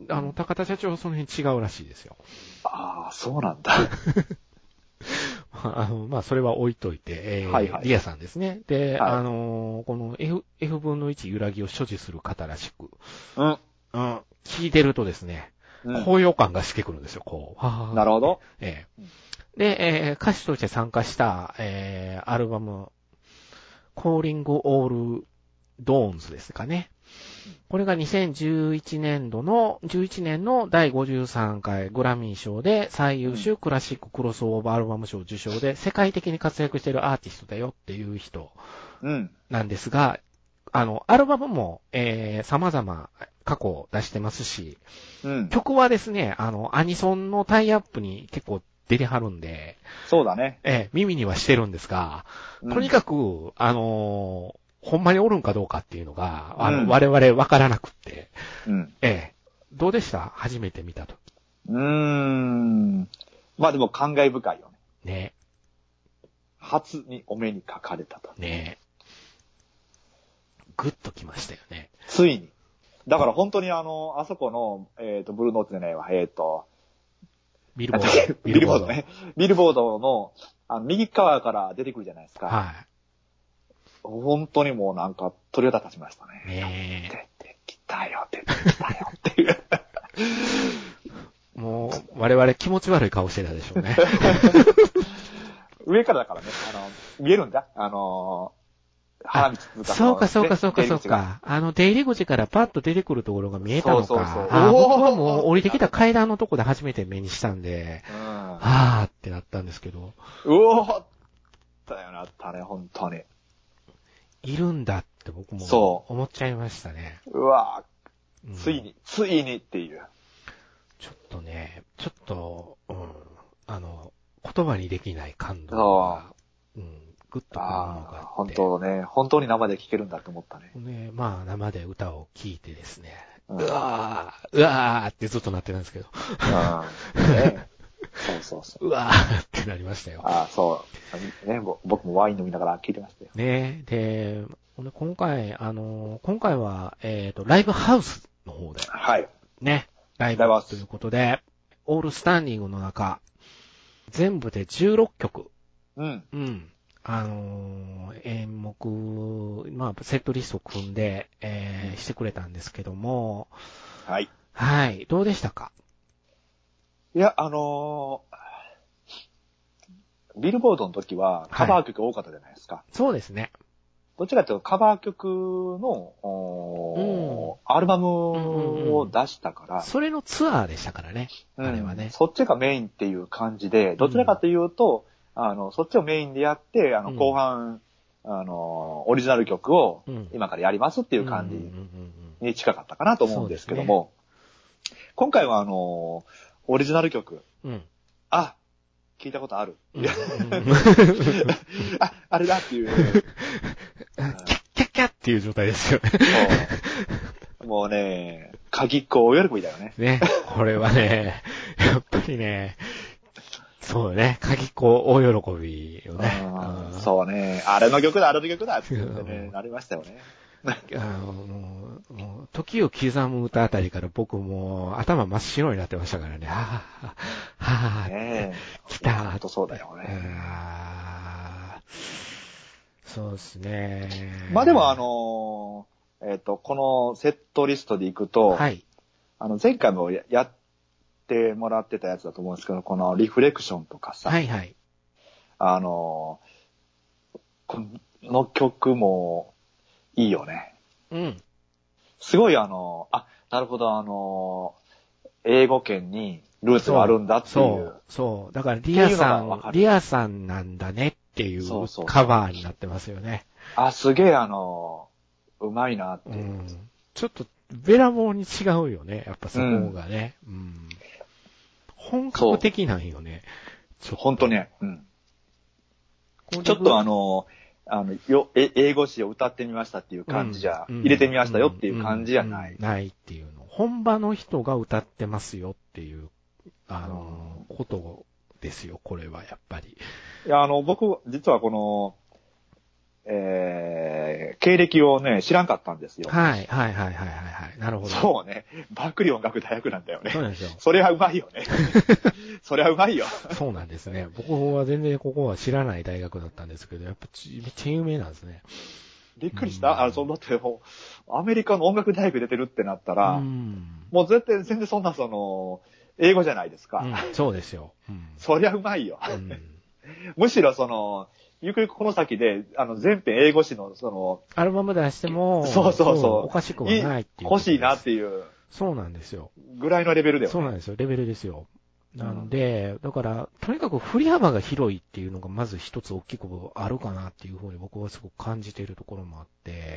あの、高田社長はその辺違うらしいですよ。 ああ、そうなんだ。 あの、まあ、それは置いといて、えー、はいはい、リアさんですね。で、はい、あのー、この F、F 分のいち揺らぎを所持する方らしく、 うん。 うん。聞いてるとですね、うん、高揚感がしてくるんですよ、こう。はなるほど。 えー、で、えー、歌手として参加した、えー、アルバム、Calling All Dawns ですかね。これがにせんじゅういちねんどの、じゅういちねんのだいごじゅうさんかいグラミー賞で最優秀クラシッククロスオーバーアルバム賞受賞で世界的に活躍しているアーティストだよっていう人なんですが、うん、あの、アルバムも、えー、様々過去出してますし、うん、曲はですね、あの、アニソンのタイアップに結構出てはるんで、 そうだね。 えー、耳にはしてるんですが、とにかく、あのー、ほんまにおるんかどうかっていうのが、あの、うん、我々わからなくって。うん。ええ。どうでした？初めて見たとき。 うーん。まあでも感慨深いよね。 ね。 初にお目にかかれたと。 ね。ぐっときましたよね。 ついに。だから本当にあの、あそこの、えっ、ー、と、ブルーノーツじゃないわ、えっ、ー、と、 ビルボード。 ビルボードね。ビルボードの、あの、右側から出てくるじゃないですか。はい。本当にもうなんか鳥肌立ちましたね。 ね出てきたよ、出てきたよっていう。 もう、我々気持ち悪い顔してたでしょうね。 上からだからね、あの、見えるんだ。あのー、花道通過そうか、そうか、そうか、そうか。あの、出入り口からパッと出てくるところが見えたのか。そうそうそう。あ、僕はもう降りてきた階段のとこで初めて目にしたんで、うん、はーってなったんですけど。 うおーだよなったね、本当に。 いるんだって僕も思っちゃいましたね。 うわぁ、ついに、うん、ついにっていう。 ちょっとね、ちょっと、うん、あの、言葉にできない感動が、うん、ぐっとくるものがあって。 本当ね、本当に生で聴けるんだと思ったね。 ね、まあ生で歌を聴いてですね、うん、うわー、うわーってずっとなってたんですけど。 うんねそうそうそう。 うわーってなりましたよ。 ああ、そう。ね、僕もワイン飲みながら聞いてましたよ。 ねで、今回、あの、今回は、えっと、ライブハウスの方で。 はい。 ね、ライブということで、オールスタンディングの中、全部でじゅうろっきょく。 うん。 うん。あのー、演目、まあ、セットリストを組んで、えー、してくれたんですけども。 はい。 はい。どうでしたか？ いや、あのー、ビルボードの時はカバー曲多かったじゃないですか。はい、 そうですね。 どっちかというとカバー曲の、うん、アルバムを出したから、うんうんうん。 それのツアーでしたからね。うん、あれはね。 そっちがメインっていう感じで、どちらかというと、うん、あの、そっちをメインでやって、あの、後半、うん、あの、オリジナル曲を今からやりますっていう感じに近かったかなと思うんですけども、ね、今回はあの、オリジナル曲、うん、あ、聞いたことある。うん、あ、あれだっていう。 キャッキャッキャッっていう状態ですよね。 もうね、鍵っ子大喜びだよね。 ね、これはね、やっぱりね、そうね、鍵っ子大喜びよね。 うん、そうね、あれの曲だ、あれの曲だって言ってね、なりましたよね。 あのもう、もう時を刻む歌あたりから僕も頭真っ白になってましたからね。はぁ、はぁ、ね、来たー。 ほんとそうだよね。 そうですね。 まあでもあのー、えっ、ー、と、このセットリストでいくと、はい。あの、前回もややってもらってたやつだと思うんですけど、このリフレクションとかさ。はいはい。あのー、この曲もいいよね。うん。すごいあのー、あ、なるほど、あのー、英語圏にルーツがあるんだっていう。 そう、そう。だからリアさん、リアさんなんだねっていうカバーになってますよね。 あ、すげえあの、うまいなって、うん。 ちょっと、べらぼうに違うよね。やっぱそこがね。うん。うん、本格的なんよね。 ほんとね。うん。ちょっとあの、あの、よ、え、英語詞を歌ってみましたっていう感じじゃ、うん、入れてみましたよっていう感じじゃない。 うんうん、ないっていうの。本場の人が歌ってますよっていう、あの、うん、ことですよ、これはやっぱり。 いや、あの、僕、実はこの、えー、経歴をね、知らんかったんですよ。 はい、はい、はい、はい、はい。なるほど。 そうね。バックリ音楽大学なんだよね。 そうなんですよ。 それはうまいよね。それはうまいよ。 そうなんですね。僕は全然ここは知らない大学だったんですけど、やっぱめっちゃ有名なんですね。 びっくりした。あの、そのだってもう、アメリカの音楽大学出てるってなったら、うん、もう絶対全然そんなその、英語じゃないですか。 うん、そうですよ。 うん、そりゃうまいよ。うん、むしろその、ゆくゆくこの先で、あの、全編英語詞の、その、 アルバム出しても、 そうそうそう。 おかしくはないっていう。 欲しいなっていう。 そうなんですよ。 ぐらいのレベルでは、ね。 そうなんですよ。レベルですよ。なんで、だから、とにかく振り幅が広いっていうのがまず一つ大きくあるかなっていうふうに僕はすごく感じているところもあって、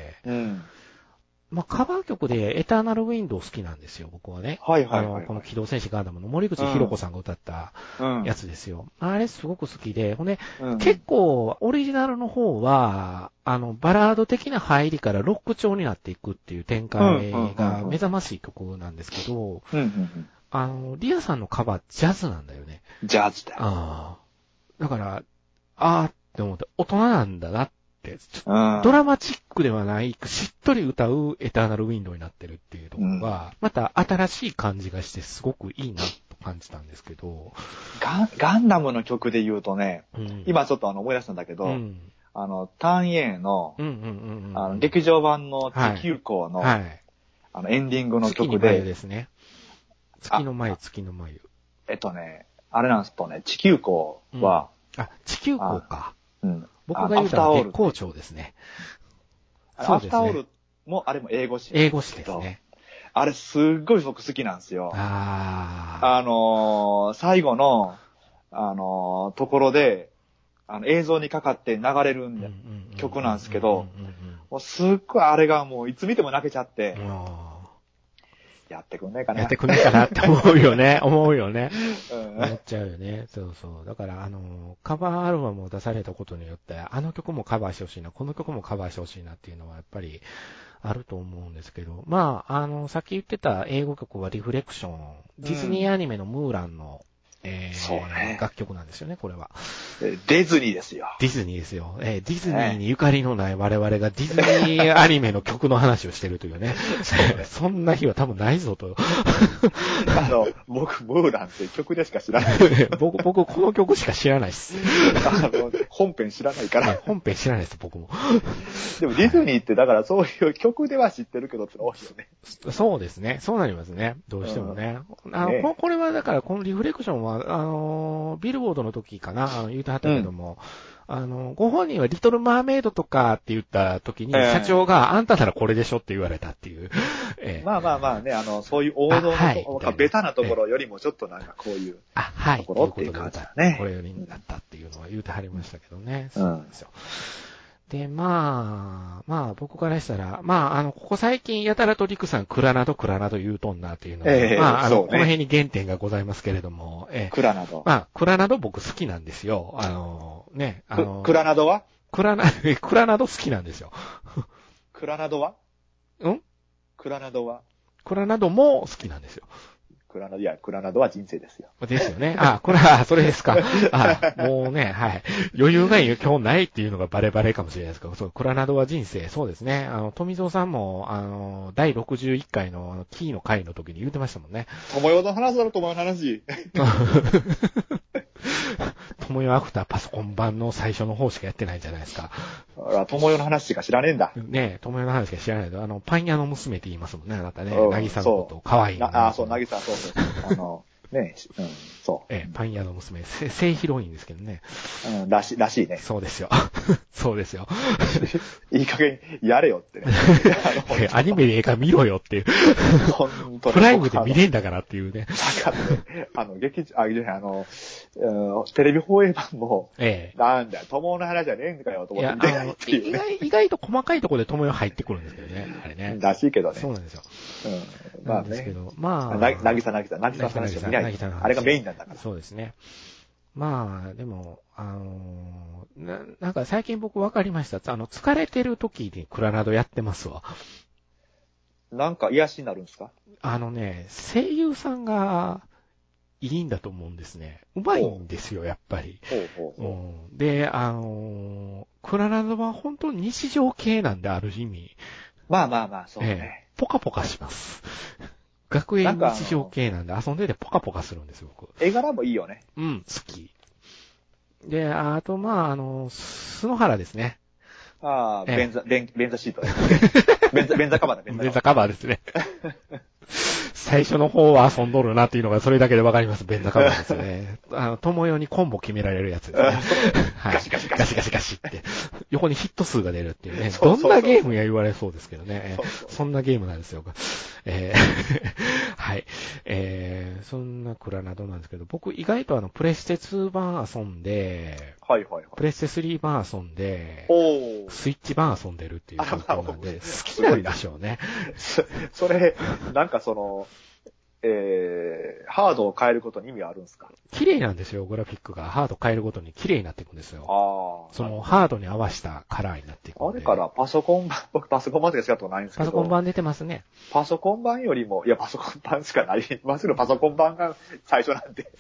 うん。まあ、カバー曲でエターナルウィンドウ好きなんですよ、僕はね。 はいはいはい、はい。 あの、この機動戦士ガンダムの森口博子さんが歌ったやつですよ。うん、あれすごく好きで、ほんで、うん、結構オリジナルの方は、あの、バラード的な入りからロック調になっていくっていう展開が目覚ましい曲なんですけど、うんうんうん、あの、リアさんのカバージャズなんだよね。 ジャズだよ。 ああ。だから、あーって思って、大人なんだなって、ドラマチックではない、しっとり歌うエターナルウィンドウになってるっていうところが、うん、また新しい感じがしてすごくいいなと感じたんですけど。 ガン、ガンダムの曲で言うとね、うん、今ちょっとあの思い出したんだけど、うん、あの、タンエーの、あの、劇場版の地球校の、はいはい、あの、エンディングの曲で。月の眉ですね。月の眉、月の眉。 えっとね、あれなんですとね、地球校は、 うん、あ、地球校か。うん。僕が言うのは月光町ですね。 アフターオールも、あれも英語詞。 英語詞ですね。 あれすっごい僕好きなんですよ。 ああのー、最後の、あのー、ところで、あの、映像にかかって流れる曲なんですけど、もうすっごいあれがもういつ見ても泣けちゃって、やってくんないかな。 やってくんないかなって思うよね。思うよね。うん、思っちゃうよね。そうそう。だから、あの、カバーアルバムを出されたことによって、あの曲もカバーしてほしいな、この曲もカバーしてほしいなっていうのはやっぱりあると思うんですけど、まあ、あの、さっき言ってた英語曲はリフレクション、ディズニーアニメのムーランの、えー、そうね。楽曲なんですよね、これは。 ディズニーですよ。 ディズニーですよ。えー、ディズニーにゆかりのない我々がディズニーアニメの曲の話をしてるというね。そ, うねそんな日は多分ないぞと。 あの、僕、ムーランって曲でしか知らない。 僕、僕、この曲しか知らないです。 あの、本編知らないから。 本編知らないです、僕も。 でもディズニーってだからそういう曲では知ってるけどって多いよね。 そうですね。そうなりますね。どうしてもね。うん、あのねこ、これはだからこのリフレクションは、あの、ビルボードの時かな、あの言うてはったけども、うん、あの、ご本人はリトルマーメイドとかって言った時に、社長があんたならこれでしょって言われたっていう。 えー、まあまあまあね、あの、そういう王道の、はい、ベタなところよりもちょっとなんかこういうところっていう感じだね。 これよりになったっていうのは言うてはりましたけどね。うん、そうなんですよ。で、まあ、まあ僕からしたら、まああの、ここ最近やたらとリクさん、クラナドクラナド言うとんなっていうのは、えー、まああの、ね、この辺に原点がございますけれども、 えー、クラナド。 まあ、クラナド僕好きなんですよ。あの、ね、あの、 クラナドはクラナ、クラナド好きなんですよ。 クラナドはんクラナドはクラナドも好きなんですよ。 クラナド、いや、クラナドは人生ですよ。 ですよね。あ、これは、それですか。あ、もうね、はい。余裕が今日ないっていうのがバレバレかもしれないですけど、そう、クラナドは人生、そうですね。あの、富蔵さんも、あの、だいろくじゅういっかいの、あの、キーの回の時に言ってましたもんね。 友よの話だろ、友よの話。 友よアフターパソコン版の最初の方しかやってないじゃないですか。 あら、友よの話しか知らねえんだ。 ねえ、友よの話しか知らないけど、あの、パン屋の娘って言いますもんね、あなたね。なぎさのこと、かわいい。 ああ、そう、なぎさ、そうそう。あの、 ね、うん、そう。 ええ、パン屋の娘、正ヒロインですけどね。 うん、らしい、らしいね。 そうですよ。そうですよ。 いい加減やれよってね。 アニメで映画見ろよっていう。本当プライムで見れんだからっていうね。 だからね、あの、劇場、あ、あの、うん、テレビ放映版も、ええ、なんだよ、友の話じゃねえんかよと思って見てないっていう、ね、 意外、意外と細かいところで友よ入ってくるんですけどね、あれね。 らしいけどね。 そうなんですよ。 うん。まあね。 ですけど、まあ。 なぎさ、なぎさ、なぎさの話を見ない。あれがメインなんだから。 そうですね。まあ、でも、あのー、な、なんか最近僕分かりました。あの、疲れてる時にクラナドやってますわ。 なんか癒しになるんですか？ あのね、声優さんがいいんだと思うんですね。うまいんですよ、やっぱり。 ほうほうほう。うん、 で、あのー、クラナドは本当に日常系なんで、ある意味。 まあまあまあ、そうね。 ええ、ポカポカします。学園日常系なんで遊んでてポカポカするんですよ、僕。 絵柄もいいよね。 うん、好き。で、あと、まあ、あの、篠原ですね。 ああ、ベンザ、ベン、ベンザシートだ。ベンザ、ベンザカバーだ、ベンザカバー。 ベンザカバーですね。最初の方は遊んどるなっていうのがそれだけでわかります。ベンザカバーですね。あの、友用にコンボ決められるやつですね。はい。 ガシガシガシガシガシガシって。横にヒット数が出るっていうね。どんなゲームや言われそうですけどね。そうそうそんなゲームなんですよ。えー、はい。えー、そんなクラナドなんですけど、僕意外とあの、プレステツー版遊んで、 はいはいはい。 プレステスリー版遊んで、 おスイッチ版遊んでるっていう状況なんで、好きなんでしょうね。 それ、なんかその、えー、ハードを変えることに意味はあるんですか？ 綺麗なんですよ、グラフィックが。ハード変えるごとに綺麗になっていくんですよ。 ああ。 その、ハードに合わせたカラーになっていくんで。 あれからパソコン版、僕パソコン版しか使ったことないんですけど。 パソコン版出てますね。 パソコン版よりも、いや、パソコン版しかない。まっすぐパソコン版が最初なんで。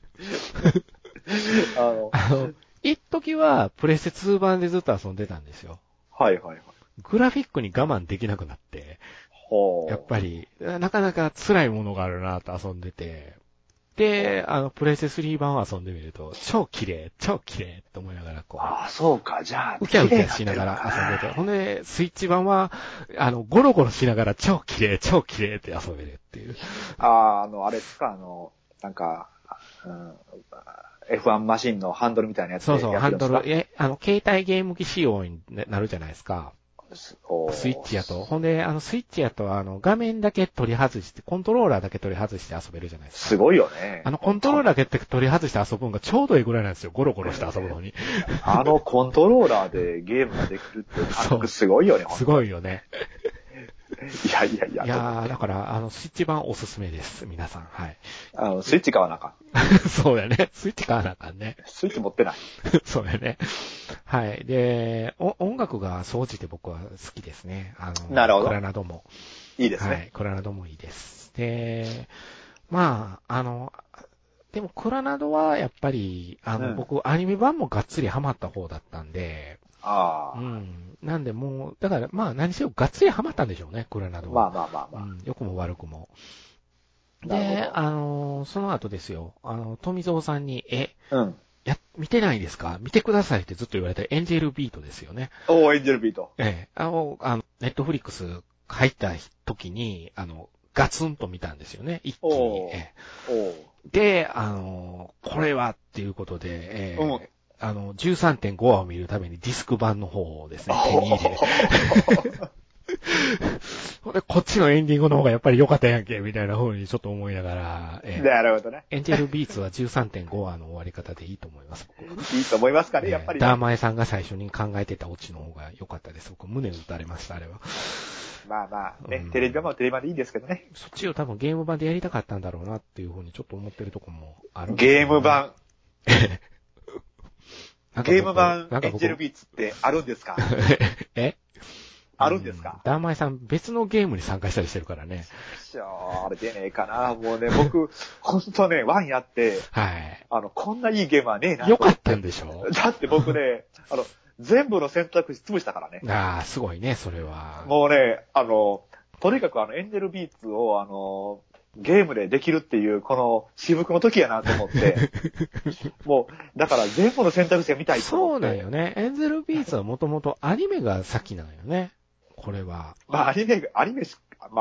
あの、あの、一時はプレステツー版でずっと遊んでたんですよ。 はいはいはい。 グラフィックに我慢できなくなって。やっぱり、なかなか辛いものがあるなと遊んでて。で、あの、プレイステスリー版を遊んでみると、超綺麗、超綺麗と思いながらこう。 ああ、そうか、じゃあ。 ウキャウキャしながら遊んでて。ほんで、スイッチ版は、あの、ゴロゴロしながら超綺麗、超綺麗って遊べるっていう。 ああ、あの、あれですか、あの、なんか、うん、エフワン マシンのハンドルみたいなやつでやそうそう、ハンドル、え、あの、携帯ゲーム機仕様になるじゃないですか。スイッチやと。ほんで、あの、スイッチやと、あの、画面だけ取り外して、コントローラーだけ取り外して遊べるじゃないですか。 すごいよね。 あの、コントローラーだけ取り外して遊ぶのがちょうどいいぐらいなんですよ。ゴロゴロして遊ぶのに。 あの、コントローラーでゲームができるって感覚すごいよね、 すごいよね。 いやいやいや。 いやー、だから、あの、スイッチ版おすすめです、皆さん。はい。 あの、スイッチ買わなあかん。そうやね。スイッチ買わなあかんね。 スイッチ持ってない。 そうやね。はい。で、音楽が総じて僕は好きですね。あの、 なるほど。 クラナドも。 いいですね。 はい。クラナドもいいです。で、まあ、あの、でもクラナドはやっぱり、あの、うん、僕、アニメ版もがっつりハマった方だったんで、 ああ。 うん。なんでもう、だからまあ何せよがっつりハマったんでしょうね、クラナドは。 まあまあまあまあ。 うん、良くも悪くも。で、あの、その後ですよ、あの、富蔵さんに、え、 うん。 や、見てないですか？見てくださいってずっと言われたエンジェルビートですよね。 おー、エンジェルビート。 ええ。あの、あの、ネットフリックス入った時に、あの、ガツンと見たんですよね、一気に。ええ、で、あの、これはっていうことで、ええ、うん、あの、じゅうさんてんご 話を見るためにディスク版の方をですね、手に入れ。で、こっちのエンディングの方がやっぱり良かったやんけ、みたいな風にちょっと思いながら、 えー、なるほどね。 エンジェルビーツは じゅうさんてんご 話の終わり方でいいと思います。 いいと思いますかね、やっぱり、ね。 ダーマエさんが最初に考えてたオチの方が良かったです。僕、胸打たれました、あれは。 まあまあ、ね、うん、テレビ版はテレビ版でいいですけどね。 そっちを多分ゲーム版でやりたかったんだろうなっていう風にちょっと思ってるとこもあるんです、ね。ゲーム版。ゲーム版エンジェルビーツってあるんですか？ えあるんですか、うん、 ダーマイさん別のゲームに参加したりしてるからね。 しょあれ出ねえかな。もうね、僕、ほんとね、ワンやって、 はい。 あの、こんないいゲームはねえな。 よかったんでしょ？ だって僕ね、あの、全部の選択肢潰したからね。 ああ、すごいね、それは。 もうね、あの、とにかくあの、エンジェルビーツをあの、ゲームでできるっていう、この、私服の時やなと思って、もう、だから全部の選択肢が見たいと思って。 そうなんよね。エンゼルビーツはもともとアニメが先なんよね。これは。 まあ、アニメ、アニメし、まあ、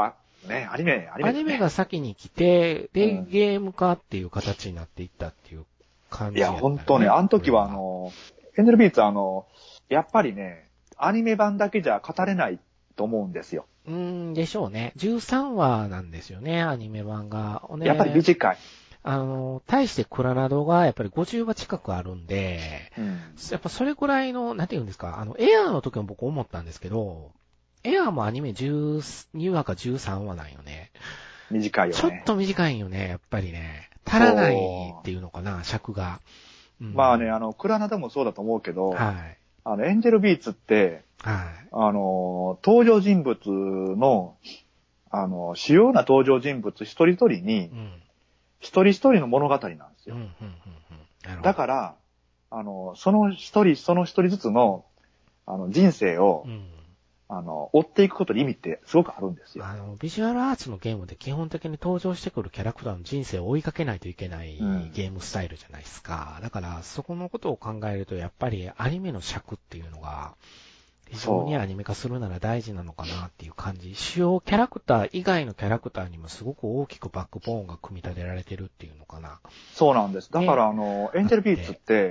ね、アニメ、アニメ、ね。 アニメが先に来て、で、うん、ゲーム化っていう形になっていったっていう感じやった、ね。 いや、本当ね、あの時はあの、エンジェルビーツあの、やっぱりね、アニメ版だけじゃ語れないと思うんですよ。 うーん、でしょうね。じゅうさんわなんですよね、アニメ版が。 ね、やっぱり短い。 あの、対してクラナドがやっぱりごじゅうわ近くあるんで、うん、やっぱそれくらいの、なんて言うんですか、あの、エアーの時も僕思ったんですけど、エアーもアニメじゅうにわかじゅうさんわなんよね。 短いよね。 ちょっと短いよね、やっぱりね。足らないっていうのかな、尺が。 うん、まあね、あの、クラナドもそうだと思うけど、 はい。 あの、エンジェルビーツって、はい。あの、登場人物の、あの、主要な登場人物一人一人に、うん、一人一人の物語なんですよ。うんうんうんうん、だから、あの、その一人、その一人ずつの、あの、人生を、うん、あの、追っていくことに意味ってすごくあるんですよ。 あの、ビジュアルアーツのゲームで基本的に登場してくるキャラクターの人生を追いかけないといけないゲームスタイルじゃないですか。うん、だから、そこのことを考えると、やっぱりアニメの尺っていうのが、非常にアニメ化するなら大事なのかなっていう感じ。主要キャラクター以外のキャラクターにもすごく大きくバックボーンが組み立てられてるっていうのかな。 そうなんです。だから、ね、あの、エンジェルビーツって、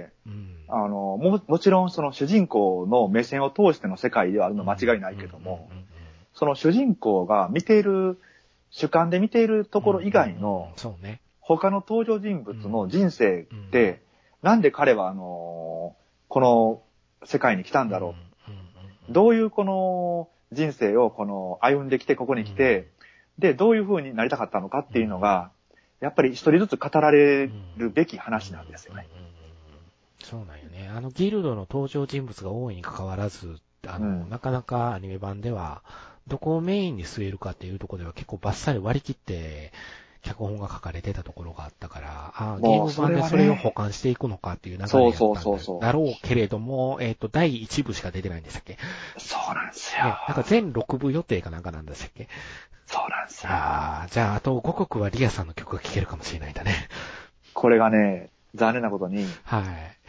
うん、あの、も、もちろんその主人公の目線を通しての世界ではあるの間違いないけども、その主人公が見ている、主観で見ているところ以外の、 そうね。 他の登場人物の人生って、なんで彼はあの、この世界に来たんだろう。どういうこの人生をこの歩んできてここに来て、うん、で、どういう風になりたかったのかっていうのが、やっぱり一人ずつ語られるべき話なんですよね。 そうなんよね。あのギルドの登場人物が多いに関わらず、あの、うん、なかなかアニメ版では、どこをメインに据えるかっていうところでは結構バッサリ割り切って、脚本が書かれてたところがあったから、あゲーム版でそれを補完していくのかっていう流れやったんだろうけれども、えっと、だいいちぶしか出てないんでしたっけ？ そうなんですよ。 ね、なんか全ろくぶ予定かなんかなんでしたっけ？ そうなんですよ。 ああ、じゃああとごこくはリアさんの曲が聴けるかもしれないんだね。 これがね、残念なことに、はい。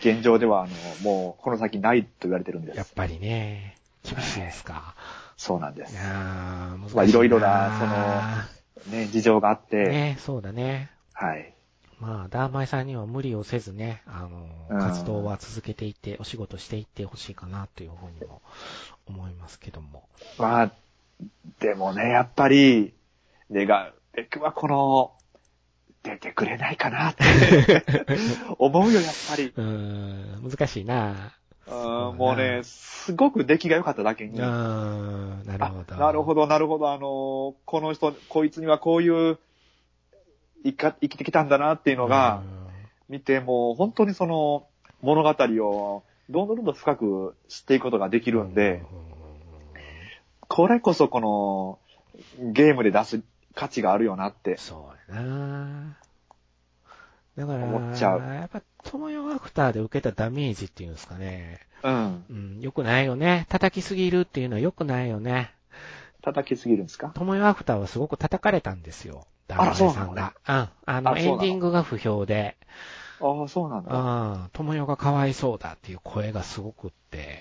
現状では、あの、もう、この先ないと言われてるんです。 やっぱりね、厳しいですか。はい、 そうなんです。 いやー、難しいな。 まあ、いろいろな、その、ね、事情があって。 ね、そうだね。 はい。 まあ、ダーマイさんには無理をせずね、あの、活動は続けていって、お仕事していってほしいかなというふうにも思いますけども。 まあ、でもね、やっぱり、願うべくはこの、出てくれないかなって思うよ、やっぱり。 うーん、難しいな。 うん、もうね、すごく出来が良かっただけに。 あー、なるほど。 なるほど、なるほど。あの、この人、こいつにはこういう生き、生きてきたんだなっていうのが、見て、もう本当にその物語をどんどんどんどん深く知っていくことができるんで、これこそこのゲームで出す価値があるよなって。 そうやな。だから、 思っちゃう。 やっぱ、トモヨアフターで受けたダメージっていうんですかね。 うん。 うん、良くないよね。叩きすぎるっていうのは良くないよね。 叩きすぎるんですか？ トモヨアフターはすごく叩かれたんですよ。ダメージさんが。うん。あの、エンディングが不評で。 ああ、そうなんだ。 うん。トモヨがかわいそうだっていう声がすごくって、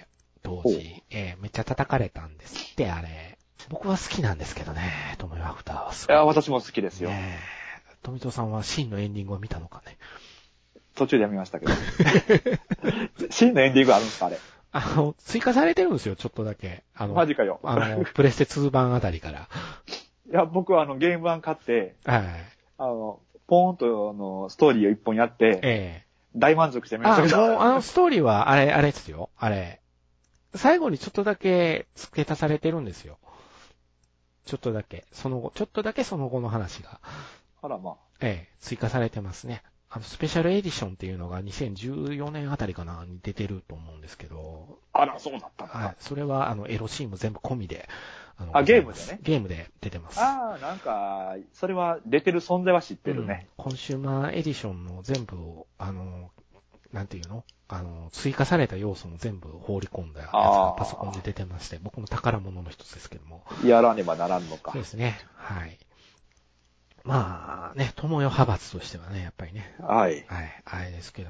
当時、えー、めっちゃ叩かれたんですって、あれ。僕は好きなんですけどね、トモヨアフターはすごい。 いや、私も好きですよ。 ねえ。富戸さんは真のエンディングを見たのかね。 途中で見ましたけど。真のエンディングあるんですか、あれ。 あの、追加されてるんですよ、ちょっとだけ。あの、 マジかよ。 あの、プレステツー版あたりから。 いや、僕はあの、ゲーム版買って、はい。あの、ポーンと、あの、ストーリーを一本やって、ええ。大満足してみましたけど。 あ、もう、あの、ストーリーは、あれ、あれですよ。あれ。最後にちょっとだけ付け足されてるんですよ。ちょっとだけ。その後、ちょっとだけその後の話が。 あらまあ。 ええ、追加されてますね。あの、スペシャルエディションっていうのがにせんじゅうよねんあたりかなに出てると思うんですけど。 あら、そうだったんだ。 はい。それは、あの、エロシーンも全部込みで。 あの、あ、ゲームでね。 ゲームで出てます。 ああ、なんか、それは出てる存在は知ってるね。 うん、コンシューマーエディションの全部を、あの、なんていうのあの、追加された要素も全部放り込んだやつがパソコンで出てまして、僕の宝物の一つですけども。 やらねばならんのか。 そうですね。はい。まあ、ね、友よ派閥としてはね、やっぱりね。 はい。 はい。あれですけども。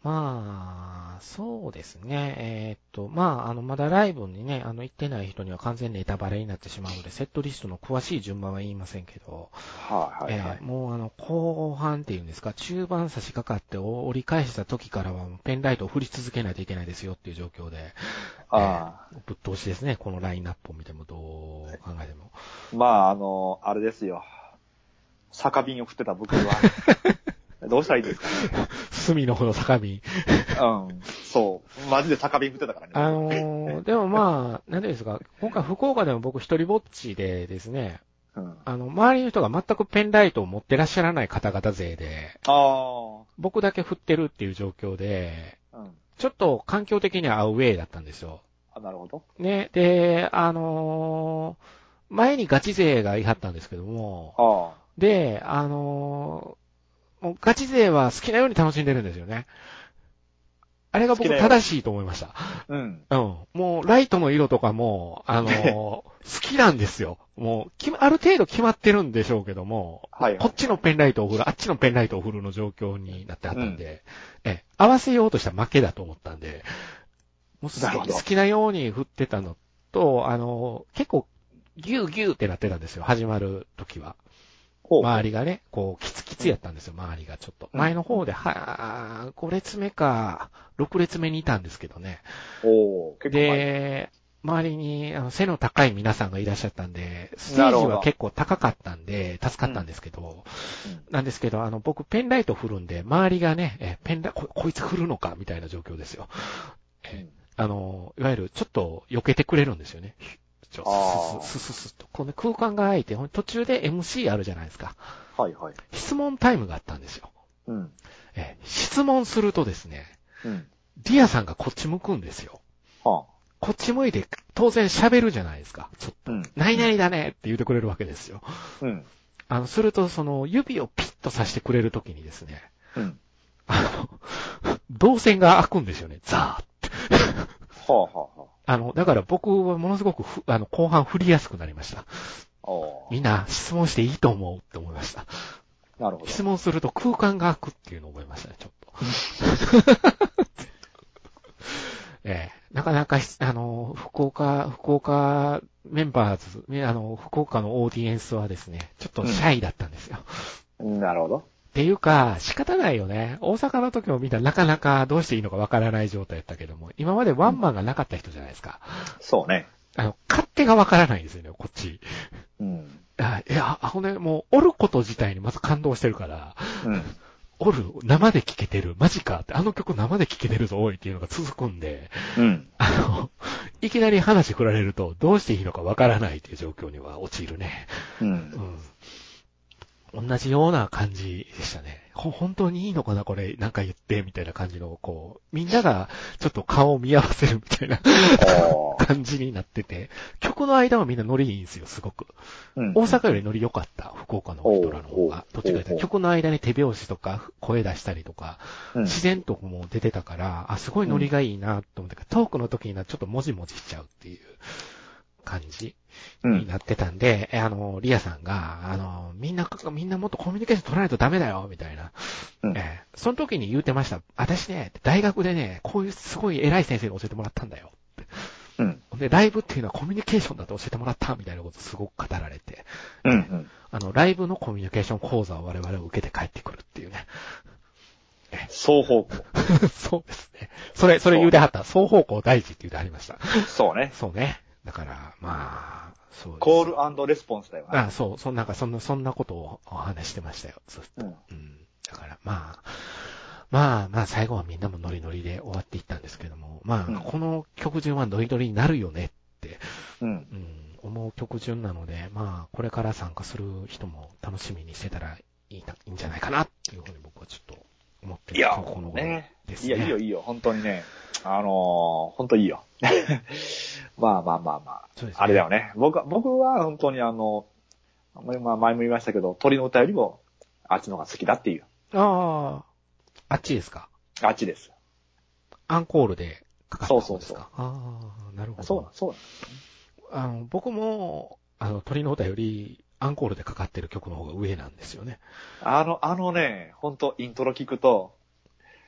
まあ、そうですね。えーっと、まあ、あの、まだライブにね、あの、行ってない人には完全ネタバレになってしまうので、セットリストの詳しい順番は言いませんけど、 はいはいはい。 えーもうあの、後半っていうんですか、中盤差し掛かって折り返した時からはペンライトを振り続けないといけないですよっていう状況で、 あえーぶっ通しですね、このラインナップを見てもどう考えても。 あ。まあ、あの、あれですよ。酒瓶を振ってた僕は、どうしたらいいですかね。 隅の方の坂瓶。 うん。そう。マジで酒瓶振ってたからね。 あのー、でもまあ、なんていうんですか、今回福岡でも僕一人ぼっちでですね、 うん、 あの、周りの人が全くペンライトを持ってらっしゃらない方々勢で、 あ僕だけ振ってるっていう状況で、 あ。うん。 ちょっと環境的にはアウェイだったんですよ。 あ、なるほど。 ね、で、あのー、前にガチ勢がいはったんですけども、 ああ。 で、あのー、もうガチ勢は好きなように楽しんでるんですよね。あれが僕正しいと思いました。 うん。 うん。もう、ライトの色とかも、あのー、好きなんですよ。もう、ある程度決まってるんでしょうけども、 はいはい、 こっちのペンライトを振る、あっちのペンライトを振るの状況になってはったんで、うん、え、合わせようとしたら負けだと思ったんで、もう好き、好きなように振ってたのと、あのー、結構、ギューギューってなってたんですよ、始まる時は。周りがね、こう、キツキツやったんですよ、周りがちょっと。前の方で、は、ご列目か、ろく列目にいたんですけどね。 お結構で、周りにあの背の高い皆さんがいらっしゃったんで、ステージは結構高かったんで、助かったんですけど、うん、なんですけど、あの、僕ペンライト振るんで、周りがね、えペンラこ、こいつ振るのかみたいな状況ですよ。えあの、いわゆるちょっと避けてくれるんですよね。ちょスススススと。この空間が空いて、途中で エムシー あるじゃないですか。 はいはい。 質問タイムがあったんですよ。 うん。 え質問するとですね、 うん。 リアさんがこっち向くんですよ。 はあ、 こっち向いて当然喋るじゃないですか。ちょっと。うん、何々だねって言ってくれるわけですよ。うん。あの、すると、その、指をピッとさしてくれるときにですね。うん。あの、動線が開くんですよね。ザーって。はあはあはあ。あの、だから僕はものすごくふ、あの、後半振りやすくなりました。みんな質問していいと思うって思いました。なるほど。質問すると空間が開くっていうのを覚えましたね、ちょっと。ええ、なかなか、あの、福岡、福岡メンバーズ、あの、福岡のオーディエンスはですね、ちょっとシャイだったんですよ。うん、なるほど。っていうか、仕方ないよね。大阪の時もみんななかなかどうしていいのかわからない状態だったけども、今までワンマンがなかった人じゃないですか。うん、そうね。あの、勝手がわからないんですよね、こっち。うん。いや、あのね、もう、おること自体にまず感動してるから、うん。おる、生で聴けてる、マジかって、あの曲生で聴けてるぞ、おいっていうのが続くんで、うん。あの、いきなり話振られると、どうしていいのかわからないっていう状況には陥るね。うん。うん。同じような感じでしたね。ほ、本当にいいのかなこれ、なんか言って、みたいな感じの、こう、みんながちょっと顔を見合わせるみたいな感じになってて、曲の間はみんなノリいいんですよ、すごく。うん、大阪よりノリ良かった、福岡の人らの方が。どっちかというと、曲の間に手拍子とか声出したりとか、うん、自然とも出てたから、あ、すごいノリがいいなと思って、トークの時になちょっともじもじしちゃうっていう感じになってたんで、うん、あの、リアさんが、あの、みんな、みんなもっとコミュニケーション取らないとダメだよ、みたいな。うん、えー、その時に言うてました。私ね、大学でね、こういうすごい偉い先生に教えてもらったんだよ。うん。で、ライブっていうのはコミュニケーションだと教えてもらった、みたいなことをすごく語られて。うん、うん。あの、ライブのコミュニケーション講座を我々を受けて帰ってくるっていうね。 双方向。 そうですね。それ、それ言うてはった。双方向大事って言うてはりました。 そうね。 そうね。だから、まあ、そうです。 コール&レスポンスだよね。 あ、そう、そんなんか、そんな、そんなことをお話してましたよ。ずっと。うん。うん、だから、まあ、まあまあ、最後はみんなもノリノリで終わっていったんですけども、まあ、うん、この曲順はノリノリになるよねって、うん、うん、思う曲順なので、まあ、これから参加する人も楽しみにしてたらいいな、いいんじゃないかなっていうふうに僕はちょっと思ってる。 いや、 このね。いや、いいよいいよ、本当にね。あのー、本当いいよ。まあまあまあまあ。そうですね、あれだよね。僕は、僕は本当にあの、まあ前も言いましたけど、鳥の歌よりも、あっちの方が好きだっていう。 ああ。あっちですか？ あっちです。 アンコールでかかった方ですか？そうそうそう。ああ、なるほど。 そうなん、そうなん。あの、僕も、あの、鳥の歌より、アンコールでかかってる曲の方が上なんですよね。 あの、あのね、ほんと、イントロ聞くと、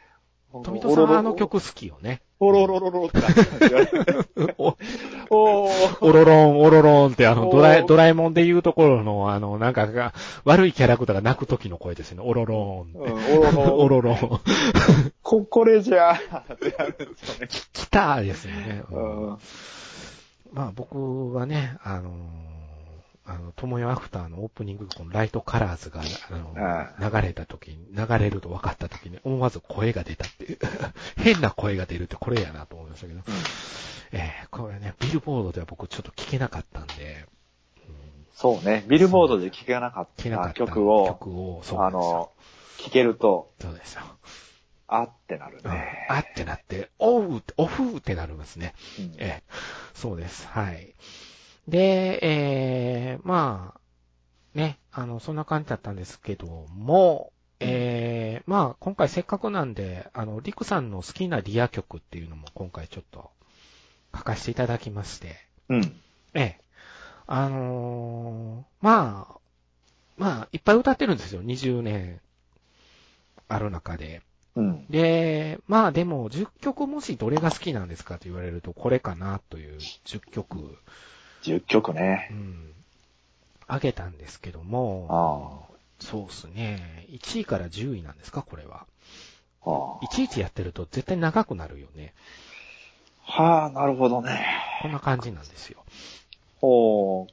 富戸さんはあの曲好きよね。 おろろろろってなってますよ。 お、おおろろん、おろろんってあのドラえ、ドラえもんで言うところのあの、なんかが、悪いキャラクターが泣く時の声ですよね。おろろん。うん、おろろん。おろろん。 こ、これじゃーってやるんですよね。 来たですよね。 うん、 まあ僕はね、あのー、あの、ともよアフターのオープニング、このライトカラーズが、あの、ああ流れた時に、流れると分かった時に思わず声が出たっていう、変な声が出るってこれやなと思いましたけど、うん、えー、これね、ビルボードでは僕ちょっと聞けなかったんで、 うん、そうね、ビルボードで聞けなかった曲を、曲をそうあの、聞けると、 そうですよ。 あってなるね。 うん、あってなって、おう、おふうってなりますね。うん、えー、そうです。はい。で、えー、まあ、ね、あの、そんな感じだったんですけども、えー、まあ、今回せっかくなんで、あの、リクさんの好きなリア曲っていうのも今回ちょっと書かせていただきまして、 うん。 ええ、あのー、まあ、まあ、いっぱい歌ってるんですよ、にじゅうねんある中で。 うん。 で、まあでも、じゅっきょくもしどれが好きなんですかと言われると、これかなというじゅっきょく。 じゅっきょくね。 うん。あげたんですけども、あそうですね。いちいからじゅういなんですか、これは。あいちいちやってると絶対長くなるよね。 はあ、なるほどね。 こんな感じなんですよ。 ほう。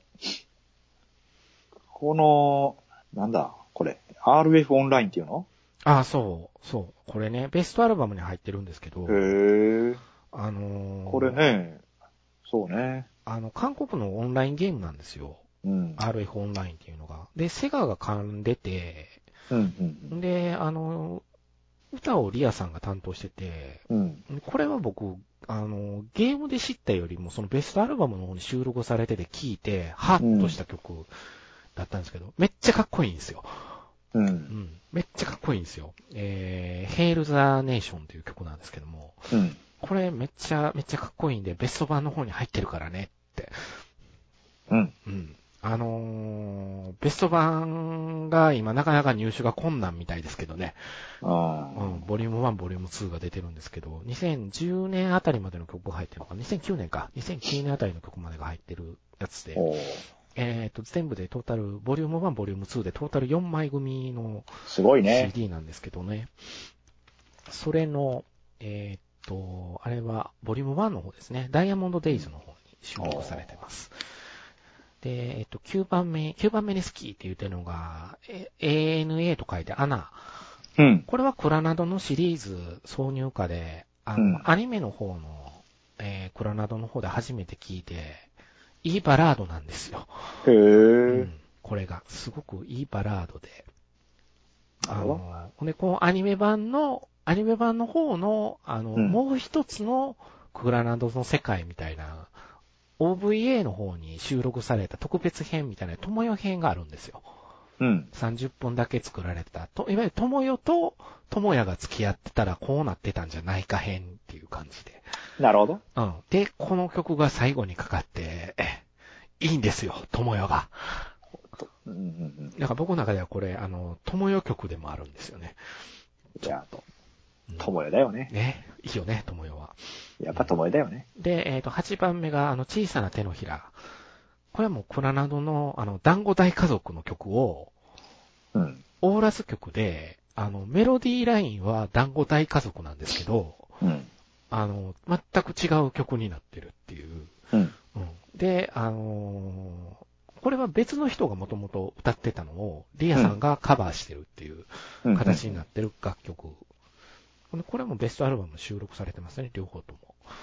この、なんだ、これ、アールエフ オンラインっていうの？ ああ、そう、そう。これね、ベストアルバムに入ってるんですけど。 へえ。 あのー、 これね、そうね。 あの、韓国のオンラインゲームなんですよ。うん、アールエフ オンラインっていうのが。で、セガが噛んでて、うんうん、で、あの、歌をリアさんが担当してて、うん、これは僕、あの、ゲームで知ったよりも、そのベストアルバムの方に収録されてて聴いて、ハッとした曲だったんですけど、めっちゃかっこいいんですよ。うん。うん、めっちゃかっこいいんですよ。えー、Hail the Nation という曲なんですけども、うん、これめっちゃ、めっちゃかっこいいんで、ベスト版の方に入ってるからねって。うん。うん。あのー、ベスト版が今なかなか入手が困難みたいですけどね。あうん、ボリュームワン、ボリュームツーが出てるんですけど、にせんじゅうねんあたりまでの曲が入ってるのか、にせんきゅうねんか、にせんきゅうねんあたりの曲までが入ってるやつで、えっと、全部でトータル、ボリュームワン、ボリュームツーでトータルよんまい組の シーディー なんですけどね。それの、えっと、あれは、ボリュームワンの方ですね。ダイヤモンドデイズの方に収録されてます。で、えっと、きゅうばんめ、きゅうばんめに好きって言ってるのが、エーエヌエー と書いてアナ。うん。これはクラナドのシリーズ挿入歌で、あの、うん、アニメの方の、えー、クラナドの方で初めて聞いて、いいバラードなんですよ。へー。うん。これが、すごくいいバラードで。あの、で、このアニメ版の、アニメ版の方の、あの、うん、もう一つのクラナドの世界みたいな、オーブイエー の方に収録された特別編みたいな、ともよ編があるんですよ。うん。さんじゅっぷんだけ作られた。といわゆるともよとともやが付き合ってたらこうなってたんじゃないか編っていう感じで。 なるほど。 うん。で、この曲が最後にかかって、いいんですよ、ともよが。うんうんうん。だから僕の中ではこれ、あの、ともよ曲でもあるんですよね。 いや、ともよだよね。 ね。いいよね、ともよは。 やっぱともよだよね。 で、えっと、はちばんめが、あの、小さな手のひら。これはもうクラナドの、あの、団子大家族の曲を、うん。オーラス曲で、あの、メロディーラインは団子大家族なんですけど、うん。あの、全く違う曲になってるっていう。うん。うん、で、あのー、これは別の人がもともと歌ってたのを、リアさんがカバーしてるっていう形になってる楽曲。うん、これもベストアルバム収録されてますね、両方とも。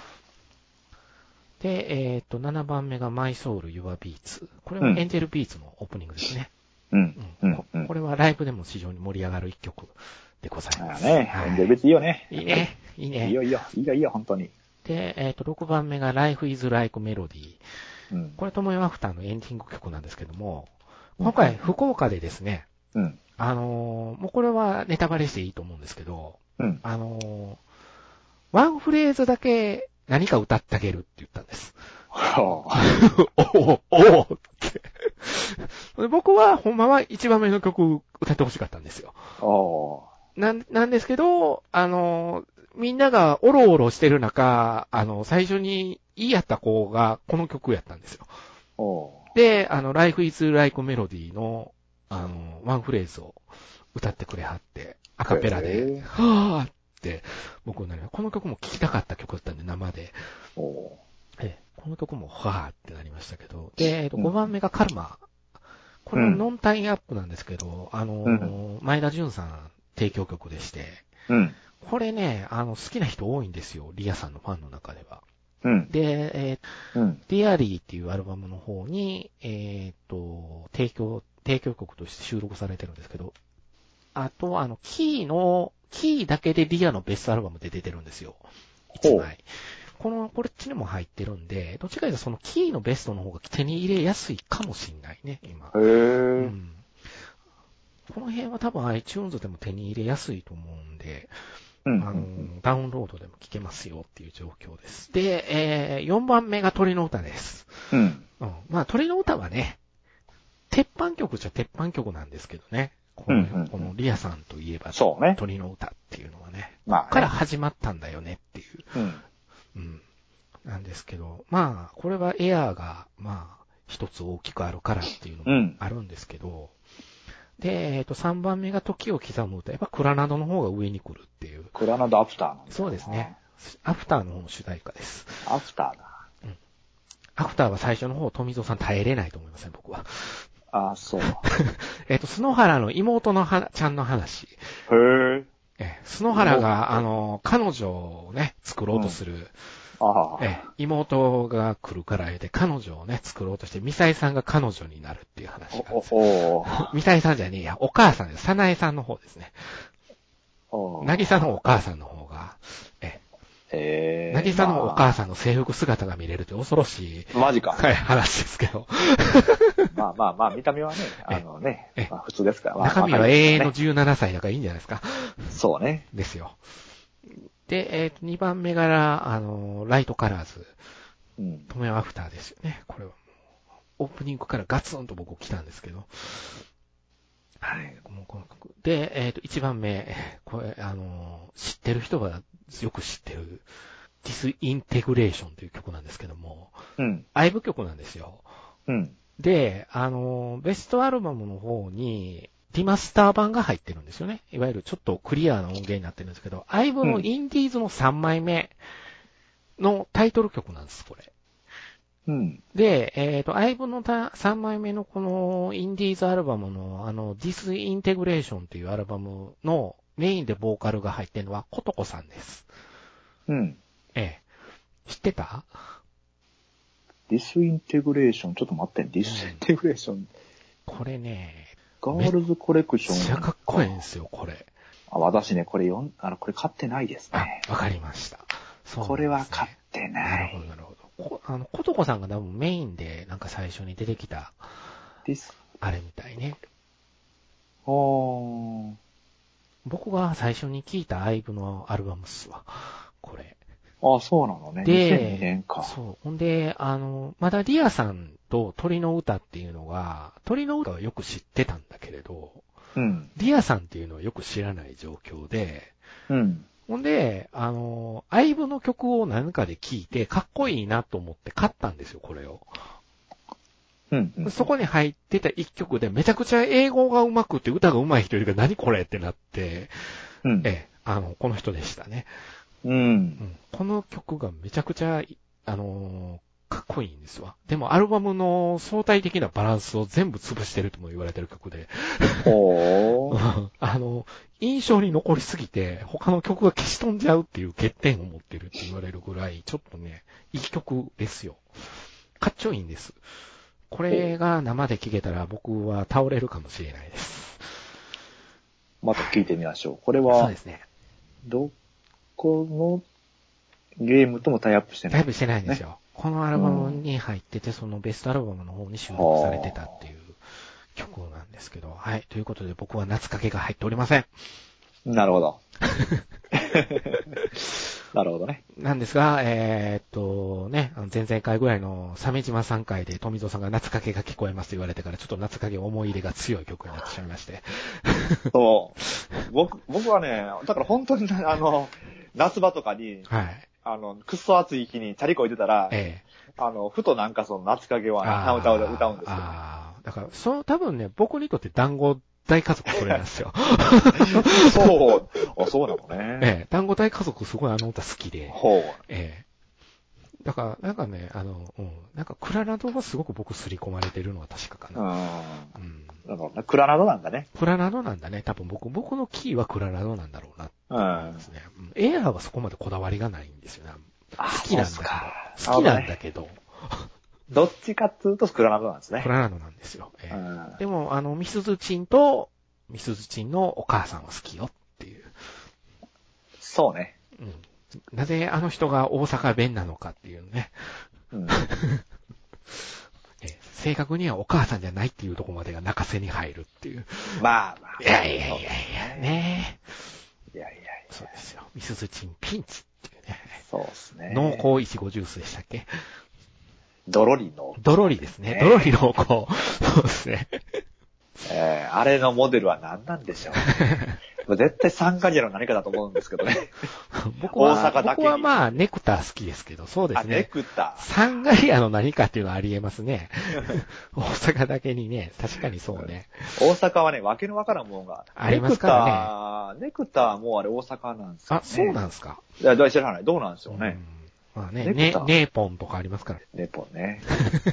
で、えっと、ななばんめが My Soul Your Beats。これはエンジェルビーツのオープニングですね。うん。うん。うん、これはライブでも非常に盛り上がる一曲でございます。 ああね、はい、エンジェルビーツいいよね。 いいね。いいね。 いいよいいよ。いいよいいよ、本当に。 で、えっと、ろくばんめが Life is Like Melody。うん、これともよアフターのエンディング曲なんですけども、今回福岡でですね、うん、あのー、もうこれはネタバレしていいと思うんですけど、うん、あのー、ワンフレーズだけ何か歌ってあげるって言ったんです。おおおおって僕はほんまは一番目の曲歌ってほしかったんですよ。な、なんですけど、あの、 みんながオロオロしてる中、あの、最初に言いやった子がこの曲やったんですよ。 おで、あの、Life is Like Melody の、あの、ワンフレーズを歌ってくれはって、アカペラで、はぁーって、僕なりこの曲も聴きたかった曲だったんで、生で。 おえこの曲もはぁーってなりましたけど、で、ごばんめがカルマ。これはノンタイアップなんですけど、うん、あの、うん、前田純さん提供曲でして、 うん、これね、あの、好きな人多いんですよ、リアさんのファンの中では。 うん、 で、えーうん、ディアリーっていうアルバムの方に、えっと、提供、提供曲として収録されてるんですけど、あと、あの、キーの、キーだけでリアのベストアルバムで出てるんですよ。一枚。この、これっちにも入ってるんで、どっちかというとそのキーのベストの方が手に入れやすいかもしんないね、今。 へー。うん。 この辺は多分 iTunes でも手に入れやすいと思うんで、 うん、 あの、ダウンロードでも聴けますよっていう状況です。で、えー、よんばんめが鳥の歌です。 うん。 うん。まあ、鳥の歌はね、鉄板曲じゃ鉄板曲なんですけどね。この、うんうんうん、このリアさんといえば、 そうね。 鳥の歌っていうのはね。 まあ、ね、 ここから始まったんだよねっていう。 うん。 うん。なんですけど、まあ、これはエアーが、まあ、一つ大きくあるからっていうのもあるんですけど、うん、で、えっと、さんばんめが時を刻む歌、やっぱクラナドの方が上に来るっていう。 クラナドアフターなんだ。 そうですね。アフターの方の主題歌です。 アフターだ。 うん。アフターは最初の方、富蔵さん耐えれないと思いますね、僕は。 ああ、そう。 えっと、篠原の妹のはちゃんの話。 へー。 え、篠原が、あの、彼女をね、作ろうとする。うんあえ妹が来るから言うて、彼女をね、作ろうとして、ミサイさんが彼女になるっていう話が。 おおミサイさんじゃねえや、お母さんです。サナエさんの方ですね。なぎさのお母さんの方が、ええ。 なぎさのお母さんの制服姿が見れるって恐ろしい。 マジか。 はい、話ですけど。 まあまあまあ、見た目はね、あのね、まあ、普通ですから。まあ、 中身は永遠のじゅうななさいだからいいんじゃないですか。 そうね。 ですよ。で、えっと、にばんめが、あの、ライトカラーズ。うん。トメアフターですよね。これは。オープニングからガツンと僕来たんですけど。はい。もうこの曲。で、えっと、いちばんめ。これ、あの、知ってる人がよく知ってる、ディスインテグレーションという曲なんですけども。 うん。 ライブ曲なんですよ。 うん。 で、あの、ベストアルバムの方に、リマスター版が入ってるんですよね。いわゆるちょっとクリアな音源になってるんですけど、アイブのインディーズのさんまいめのタイトル曲なんです、これ。 うん。 で、えっと、アイブのさんまいめのこのインディーズアルバムのあの、This Integration というアルバムのメインでボーカルが入ってるのはコトコさんです。 うん。 ええ。知ってた？ This Integration、ちょっと待って、This Integration、うん。 これね、 ガールズコレクション。 めっちゃかっこいいんですよ、これ。 あ、私ね、これよん、あの、これ買ってないですね。 あ、わかりました。 そう、ね。これは買ってない。 なるほど、なるほど。こ、あの、ことこさんが多分メインでなんか最初に出てきた、あれみたいね。 おー。 僕が最初に聴いたアイブのアルバムっすわ。これ。 ああ、そうなのね。 で、 にせんにねんか。 そう。ほんで、あの、まだリアさんと鳥の歌っていうのが、鳥の歌はよく知ってたんだけれど、 うん。 リアさんっていうのはよく知らない状況で、 うん。 ほんで、あの、アイブの曲を何かで聴いて、かっこいいなと思って買ったんですよ、これを。 うん、うん。 そこに入ってた一曲で、めちゃくちゃ英語が上手くて歌が上手い人いるから何これってなって、 うん。 え、あの、この人でしたね。 うん。うん、 この曲がめちゃくちゃ、あのー、かっこいいんですわ。でもアルバムの相対的なバランスを全部潰してるとも言われてる曲で。 おー。 あの、印象に残りすぎて、他の曲が消し飛んじゃうっていう欠点を持ってるって言われるぐらい、ちょっとね、いい曲ですよ。かっちょいいんです。これが生で聴けたら僕は倒れるかもしれないです。 また聴いてみましょう。これは、 そうですね。 どこのゲームともタイアップしてない、 タイアップしてないんですよ。ね、このアルバムに入ってて、そのベストアルバムの方に収録されてたっていう曲なんですけど、はい。ということで僕は夏影が入っておりません。 なるほど。なるほどね。 なんですが、えー、っと、ね、前々回ぐらいの鮫島さん回で富蔵さんが夏影が聞こえますと言われてから、ちょっと夏影思い入れが強い曲になってしまいまして。 そう。僕、僕はね、だから本当に、あの、 夏場とかに、はい。あの、くっそ暑い日にチャリこいてたら、ええ。あの、ふとなんかその夏影は鼻歌を歌うんですよ、ね。 ああ。だから、その多分ね、僕にとって団子大家族それなんですよ。 そう。あ、そうなのね。 ええ。団子大家族すごいあの歌好きで。 ほう。 ええ。だから、なんかね、あの、うん。なんか、クラナドはすごく僕刷り込まれてるのは確かかな。うん。 だからね、クラナドなんだね。 クラナドなんだね。多分僕、僕のキーはクラナドなんだろうなって思いますね。うん。エアーはそこまでこだわりがないんですよね。好きなんだけど。好きなんだけど。 どっちかっていうとクラナドなんですね。 クラナドなんですよ。えー、でも、あの、ミスズチンと、ミスズチンのお母さんは好きよっていう。 そうね。 うん。なぜあの人が大阪弁なのかっていうね。うんえ正確にはお母さんじゃないっていうところまでが泣かせに入るっていう。 まあまあ。 いやいやいやいや、ねえ。いやいやいや。 そうですよ。ミスズチンピンチっていうね。 そうですね。 濃厚いちごジュースでしたっけ？ ドロリ濃厚。 ドロリですね。ドロリ濃厚。そうですね。 えー、あれのモデルは何なんでしょう、ね。絶対サンガリアの何かだと思うんですけどね。 僕は、大阪だけ僕はまあ、ネクター好きですけど、そうですね。 あ、ネクター。 サンガリアの何かっていうのはあり得ますね。大阪だけにね、確かにそうね。 大阪はね、わけのわからんものが。 ありますからね。ネクターもあれ大阪なんですか、ね、 あ、そうなんですか。 いや、知らない。どうなんでしょうね。 うん、まあね、ネ、ネーポンとかありますから。 ネポンね。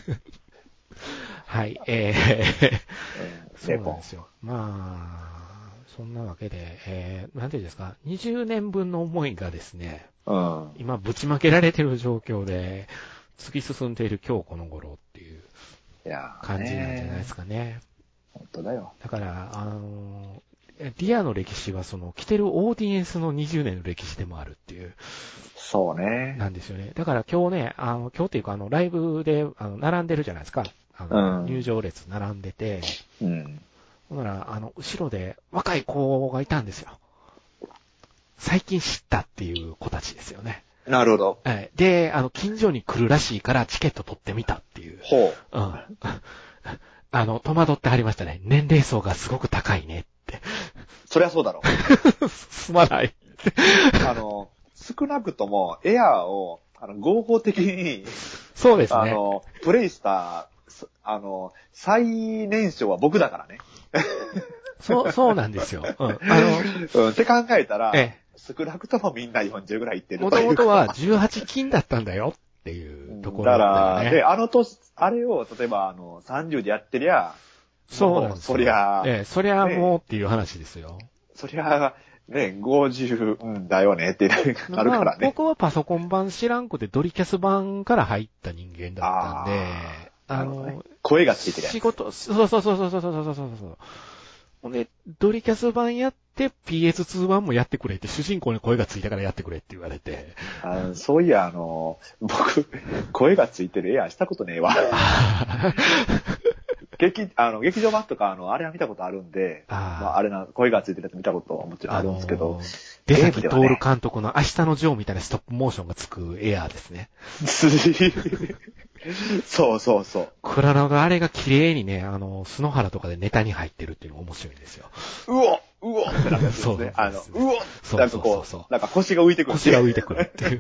はい、えー、えー、そうなんですよ。まあ、そんなわけで、えー、なんていうんですか、にじゅうねんぶんの思いがですね、うん、今ぶちまけられてる状況で、突き進んでいる今日この頃っていう感じなんじゃないですかね。 本当だよ。 だから、あの、ディアの歴史はその、来てるオーディエンスのにじゅうねんの歴史でもあるっていう。 そうね。 なんですよね。だから今日ね、あの、今日っていうかあの、ライブで、あの、並んでるじゃないですか。あの、うん、入場列並んでて、うん。ほんなら、あの、後ろで若い子がいたんですよ。最近知ったっていう子たちですよね。 なるほど。 はい。で、あの、近所に来るらしいからチケット取ってみたっていう。 ほう。 うん。あの、戸惑ってはりましたね。年齢層がすごく高いねって。 そりゃそうだろう。すまない。 あの、少なくともエアーを、あの、合法的に、 そうですね。 あの、プレイした、あの、最年少は僕だからね。 そう、そうなんですよ。うん。あの、うん、って考えたら、ええ、少なくともみんなよんじゅうぐらいいってるというか。もともとはじゅうはち金だったんだよっていうところだ、ね。 だから、で、あの年、あれを、例えば、あの、さんじゅうでやってりゃ、 そうなんですよ。 そりゃ、 ええ、そりゃもうっていう話ですよ。ね、 そりゃ、ね、ごじゅう、うん、だよねってなるからね。まあ、 僕はパソコン版知らんくてドリキャス版から入った人間だったんで、あ、 あの、ね、声がついてるやつ。 仕事、そうそうそうそうそうそうそうそうそう。ほんで、ドリキャス版やって ピーエスツー 版もやってくれって、主人公に声がついたからやってくれって言われて。 あそういや、あの、僕、声がついてるエアーしたことねえわ。劇、あの、劇場版とか、あの、あれは見たことあるんで、あまあ、あれな、声がついてるやつ見たことはもちろんあるんですけど、 出崎徹監督の明日のジョーみたいなストップモーションがつくエアーですね。 そうそうそう。 クラナドあれが綺麗にね、あの、ス原とかでネタに入ってるっていうのが面白いんですよ。 うおうおってなるんですね。そうあの、うおそうなんかこう、なんか腰が浮いてくる。 腰が浮いてくるっていう。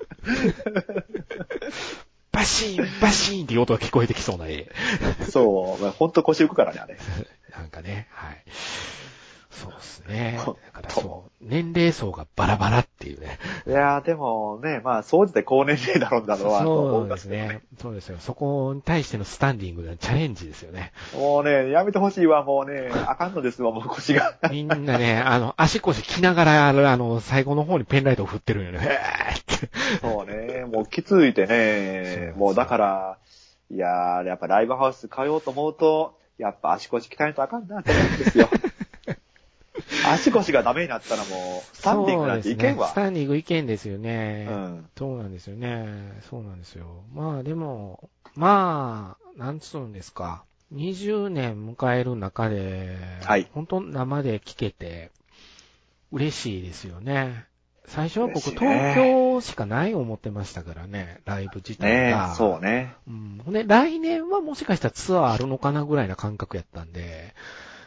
バシーン、バシーンっていう音が聞こえてきそうな絵。 そう、ほんと腰浮くからね、あれ。 なんかね、はい。そうですね。だからそう、年齢層がバラバラっていうね。 いやーでもね、まあ、総じて高年齢だろうんだろうなと思うんですね。 そうですね。そうですよ。そこに対してのスタンディングでチャレンジですよね。 もうね、やめてほしいわ、もうね、あかんのですわ、もう腰が。 みんなね、あの、足腰着ながら、あの、最後の方にペンライトを振ってるんよね。へーって。 そうね、もうきついてね、もうだから、いやー、やっぱライブハウス通おうと思うと、やっぱ足腰鍛えないとあかんなって思うんですよ。足腰がダメになったらもう、スタンディングなんていけんわ。 ね、スタンディングいけんですよね。 うん。 そうなんですよね。そうなんですよ。まあでも、まあ、なんつうんですか。にじゅうねん迎える中で、はい。本当生で聴けて、嬉しいですよね。最初は僕、東京しかない思ってましたからね、ライブ自体が。 ね、そうね。 うん。で、来年はもしかしたらツアーあるのかなぐらいな感覚やったんで、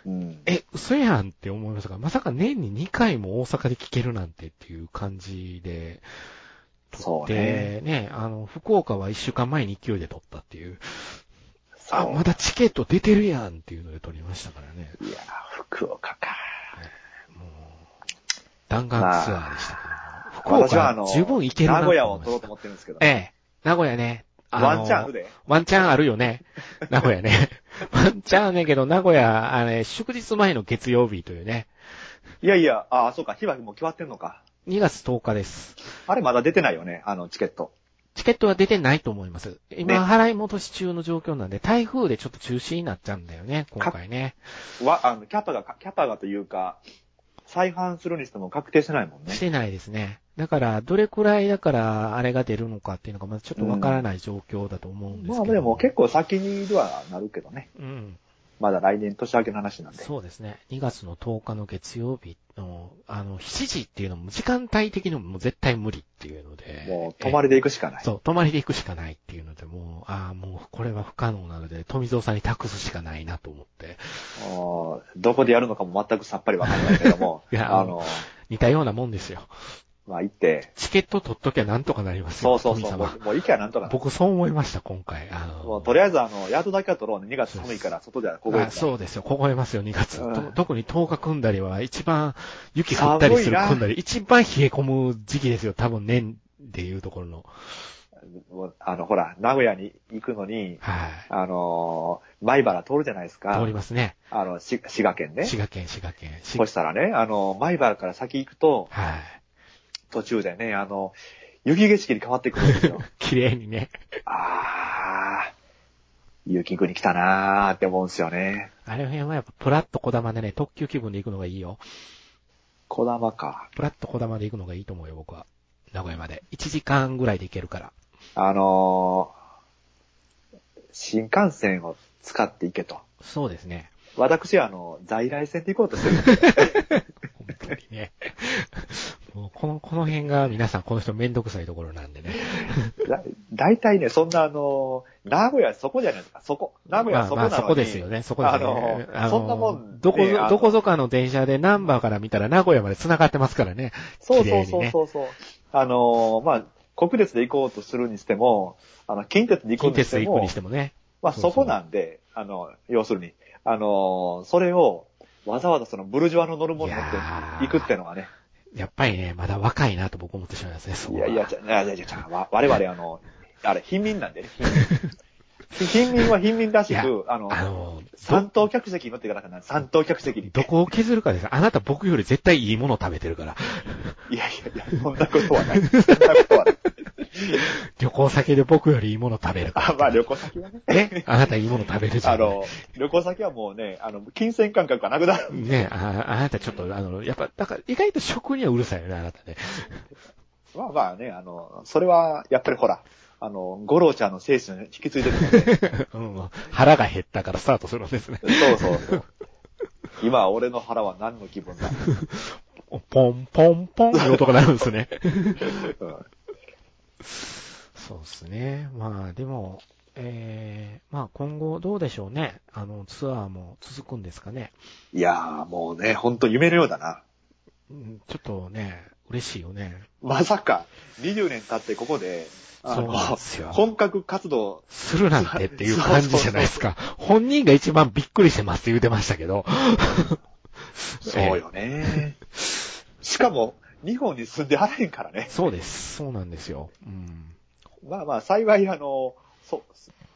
うん、 え、嘘やんって思いましたが、まさか年ににかいも大阪で聞けるなんてっていう感じで、 そうね。 ね、あの、福岡はいっしゅうかんまえに勢いで撮ったっていう。あ、まだチケット出てるやんっていうので撮りましたからね。 いやー、福岡か。 もう、弾丸ツアーでしたけども。 まあ、福岡はあの、十分行けるな。名古屋を撮ろうと思ってるんですけど。 ええ、名古屋ね。 ワンチャンあるで。 ワンチャンあるよね。名古屋ね。ワンチャンあるねんけど、名古屋、あれ、祝日前の月曜日というね。 いやいや、ああ、そうか、日はもう決まってんのか。 にがつとおかです。 あれまだ出てないよね、あの、チケット。 チケットは出てないと思います。今、ね、払い戻し中の状況なんで、台風でちょっと中止になっちゃうんだよね、今回ね。 わ、あの、キャパが、キャパがというか、再販するにしても確定してないもんね。 してないですね。だから、どれくらいだから、あれが出るのかっていうのが、まだちょっとわからない状況だと思うんですけど、うん。 まあでも結構先にはなるけどね。 うん。 まだ来年年明けの話なんで。 そうですね。にがつのとおかの月曜日の、あの、しちじっていうのも時間帯的にももう絶対無理っていうので。 もう泊まりで行くしかない。 そう、泊まりで行くしかないっていうので、もう、ああ、もうこれは不可能なので、富蔵さんに託すしかないなと思って。 どこでやるのかも全くさっぱりわかんないけども。 いや、あの、似たようなもんですよ。 まあ行って。 チケット取っときゃなんとかなりますよ。 そうそうそう。もう行きゃなんとかなる。 僕そう思いました、今回。あの、 もうとりあえずあの、宿だけは取ろうね。にがつ寒いから外では凍える。 そうですよ。凍えますよ、にがつ。うん、特にとおか組んだりは一番雪降ったりする組んだり、一番冷え込む時期ですよ。多分年でいうところの。 あの、ほら、名古屋に行くのに、 はい。 あの、米原通るじゃないですか。 通りますね。 あの、滋賀県ね。 滋賀県、滋賀県。 そしたらね、あの、米原から先行くと、 はい。 途中でね、あの、雪景色に変わってくるんですよ。 綺麗にね。 あー、雪国来たなーって思うんですよね。 あれ辺はやっぱプラッと小玉でね、特急気分で行くのがいいよ。 小玉か。 プラッと小玉で行くのがいいと思うよ、僕は。名古屋まで。いちじかんぐらいで行けるから。 あのー、新幹線を使って行けと。 そうですね。 私はあの、在来線で行こうとしてるんで。 本当にね。もうこの、この辺が皆さんこの人めんどくさいところなんでね。 だ、だいたいね、そんなあの、名古屋そこじゃないですか、そこ。名古屋そこなのに。 まあ、まあ、そこですよね、そこですね。あの、 あのそんなもん、ね。 どこぞ、どこぞかの電車でナンバーから見たら名古屋まで繋がってますからね。 そうそうそうそうそう、ね。あの、まあ、国鉄で行こうとするにしても、あの、近鉄で行こうとしても。 近鉄で行くにしてもね。 まあ、そこなんで、あの、要するに、あの、それを、わざわざそのブルジョワの乗るものに乗って行くっていうのはね。 やっぱりね、まだ若いなと僕思ってしまいますね、そう。 いやいや、じゃ、いやいや、じゃ、我々あの、あれ、貧民なんでね。貧民は貧民らしく、あの、あの三等客席に乗っていかなきゃな。三等客席に。 どこを削るかです。あなた僕より絶対いいもの食べてるから。 いやいやいや、そんなことはない。そんなことはない。 旅行先で僕よりいいもの食べるから。 あ、まあ旅行先はね。 えあなたいいもの食べるじゃん。 あの、旅行先はもうね、あの、金銭感覚がなくなる。 ねあ、あなたちょっと、あの、やっぱ、だから意外と食にはうるさいよね、あなたね。 まあまあね、あの、それは、やっぱりほら、あの、五郎ちゃんの精神を引き継いでるので。 うん、腹が減ったからスタートするんですね。 そうそうそう。今、俺の腹は何の気分だ。 ポンポンポンって音が鳴るんですね。 うんそうですね。まあでも、えー、まあ今後どうでしょうね。あのツアーも続くんですかね。 いやーもうね、ほんと夢のようだな。 うん、ちょっとね、嬉しいよね。 まさか、にじゅうねん経ってここで、あの、本格活動するなんてっていう感じじゃないですか。本人が一番びっくりしてますって言ってましたけど。 そうよね。しかも、日本に住んではれへんからね。 そうです。そうなんですよ。うん、 まあまあ、幸い、あの、そう、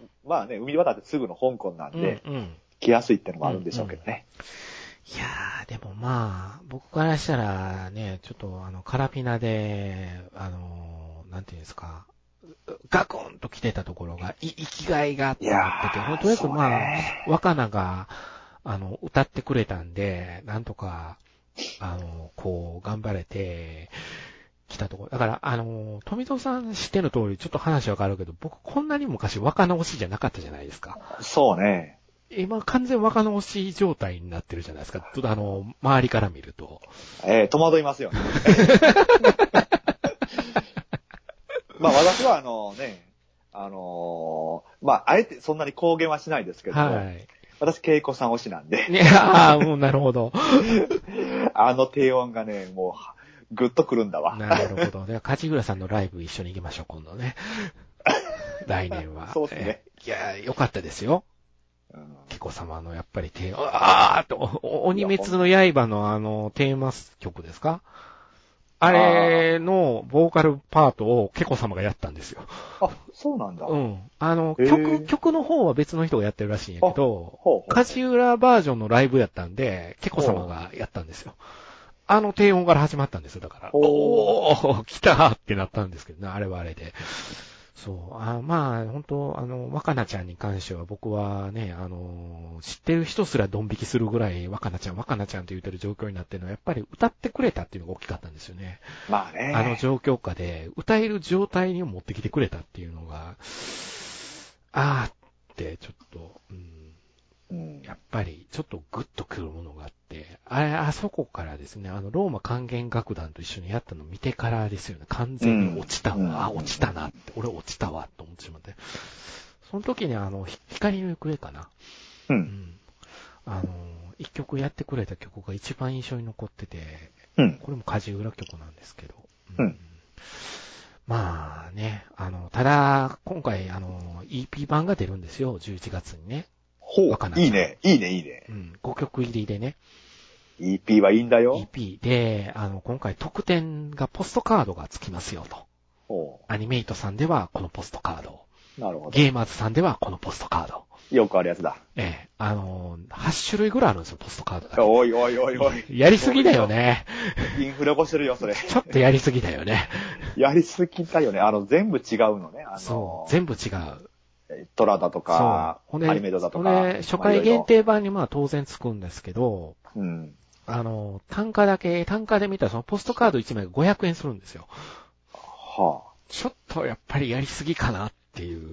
まあね、海渡ってすぐの香港なんで、うんうん、来やすいってのもあるんでしょうけどね。 うんうん、いやー、でもまあ、僕からしたらね、ちょっとあの、カラピナで、あの、なんていうんですか、ガクンと来てたところが、い生きがいがあってて、ほんとよくまあ、若菜が、あの、歌ってくれたんで、なんとか、あの、こう、頑張れて、来たところ。だから、あの、富蔵さん知ってる通り、ちょっと話は変わるけど、僕こんなに昔若菜推しじゃなかったじゃないですか。 そうね。 今完全若菜推し状態になってるじゃないですか。あの、周りから見ると。 ええー、戸惑いますよね。まあ私はあのね、あのー、まああえてそんなに公言はしないですけども、はい、 私、恵子さん推しなんで。 いやー、もうなるほど。 あの低音がね、もう、ぐっとくるんだわ。 なるほど。では、梶浦さんのライブ一緒に行きましょう、今度ね。来年は。 そうですね。 いやー、よかったですよ。恵子様のやっぱり低音、あーと、鬼滅の刃のあの、テーマ曲ですか？あれのボーカルパートをケコ様がやったんですよ。 あ、そうなんだ。 うん。あの、曲、曲の方は別の人がやってるらしいんやけど、 ほう梶浦バージョンのライブやったんで、ケコ様がやったんですよ。あの低音から始まったんですよ、だから。おー、来たーってなったんですけどね、あれはあれで。そう。あまあ、本当あの、若菜ちゃんに関しては僕はね、あの、知ってる人すらドン引きするぐらい若菜ちゃん、若菜ちゃんと言ってる状況になってるのは、やっぱり歌ってくれたっていうのが大きかったんですよね。 まあね。 あの状況下で、歌える状態に持ってきてくれたっていうのが、あーってちょっと、うんうん、やっぱりちょっとグッとくるものがあって、あれ、あそこからですね、あの、ローマ管弦楽団と一緒にやったのを見てからですよね、完全に落ちたわ、うん、あ、落ちたなって、俺落ちたわ、と思ってしまって。その時にあの、光の行方かな。 うん。うん、 あの、一曲やってくれた曲が一番印象に残ってて、 うん、 これも梶浦曲なんですけど、 うん。うんまあね、あの、ただ、今回、あの、イーピー 版が出るんですよ、じゅういちがつにね。 ほう、いいね、いいね、いいね。 うん、ごきょく入りでね。 イーピー はいいんだよ。 イーピー で、あの、今回特典がポストカードが付きますよと。 ほう。 アニメイトさんではこのポストカード。 なるほど。 ゲーマーズさんではこのポストカード。 よくあるやつだ。 ええ、あの、はち種類ぐらいあるんですよ、ポストカードだけ。 おいおいおいおい。 やりすぎだよね。 インフレ起こしてるよ、それ。 ちょっとやりすぎだよね。 やりすぎだよね。あの、全部違うのね。あのそう、全部違う。 トラだとか、アニメドだとか。 初回限定版にまあ当然つくんですけど、 うん、 あの、単価だけ、単価で見たらそのポストカードいちまいがごひゃくえんするんですよ。 はあ。 ちょっとやっぱりやりすぎかなっていう、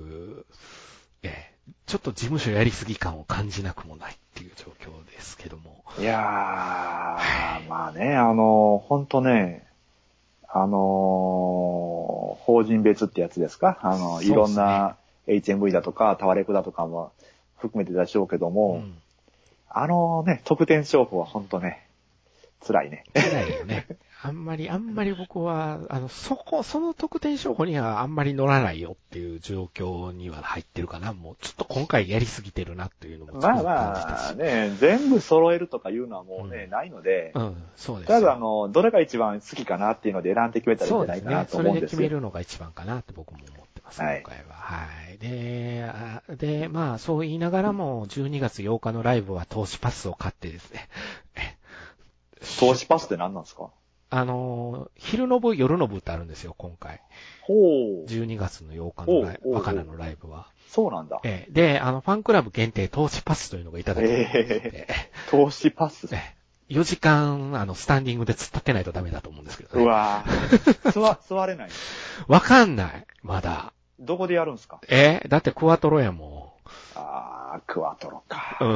ええ、ちょっと事務所やりすぎ感を感じなくもないっていう状況ですけども。 いやー、まあね、あの、ほんとね、あの、法人別ってやつですか？あの、いろんな エイチエムブイ だとか、タワレコだとかも含めてでしょうけども、うん、あのね、特典商法はほんとね、辛いね。 辛いよね。あんまり、あんまり僕は、あの、そこ、その特典商法にはあんまり乗らないよっていう状況には入ってるかな。もう、ちょっと今回やりすぎてるなっていうのもちょっと感じたし。 まあまあね、全部揃えるとかいうのはもうね、うん、ないので、 うん、そうです。 とりあえずあの、どれが一番好きかなっていうので選んで決めたらいいんじゃないかなと思うんですよ。そうですね。それで決めるのが一番かなって僕も思ってます、はい、今回は。はい。で、で、まあ、そう言いながらも、じゅうにがつようかのライブは投資パスを買ってですね。 投資パスって何なんですか？ あの、昼の部、夜の部ってあるんですよ、今回。 ほう。 じゅうにがつのようかのライブ、若菜のライブは。 そうなんだ。 ええ。で、あの、ファンクラブ限定投資パスというのがいただける。 えー、投資パス、 ええ、よじかん、あの、スタンディングで突っ立ってないとダメだと思うんですけどね。 うわぁ。座、座れない。 わかんない。まだ。 どこでやるんですか？ えだってクワトロやもん。 あー、クワトロか。 うん。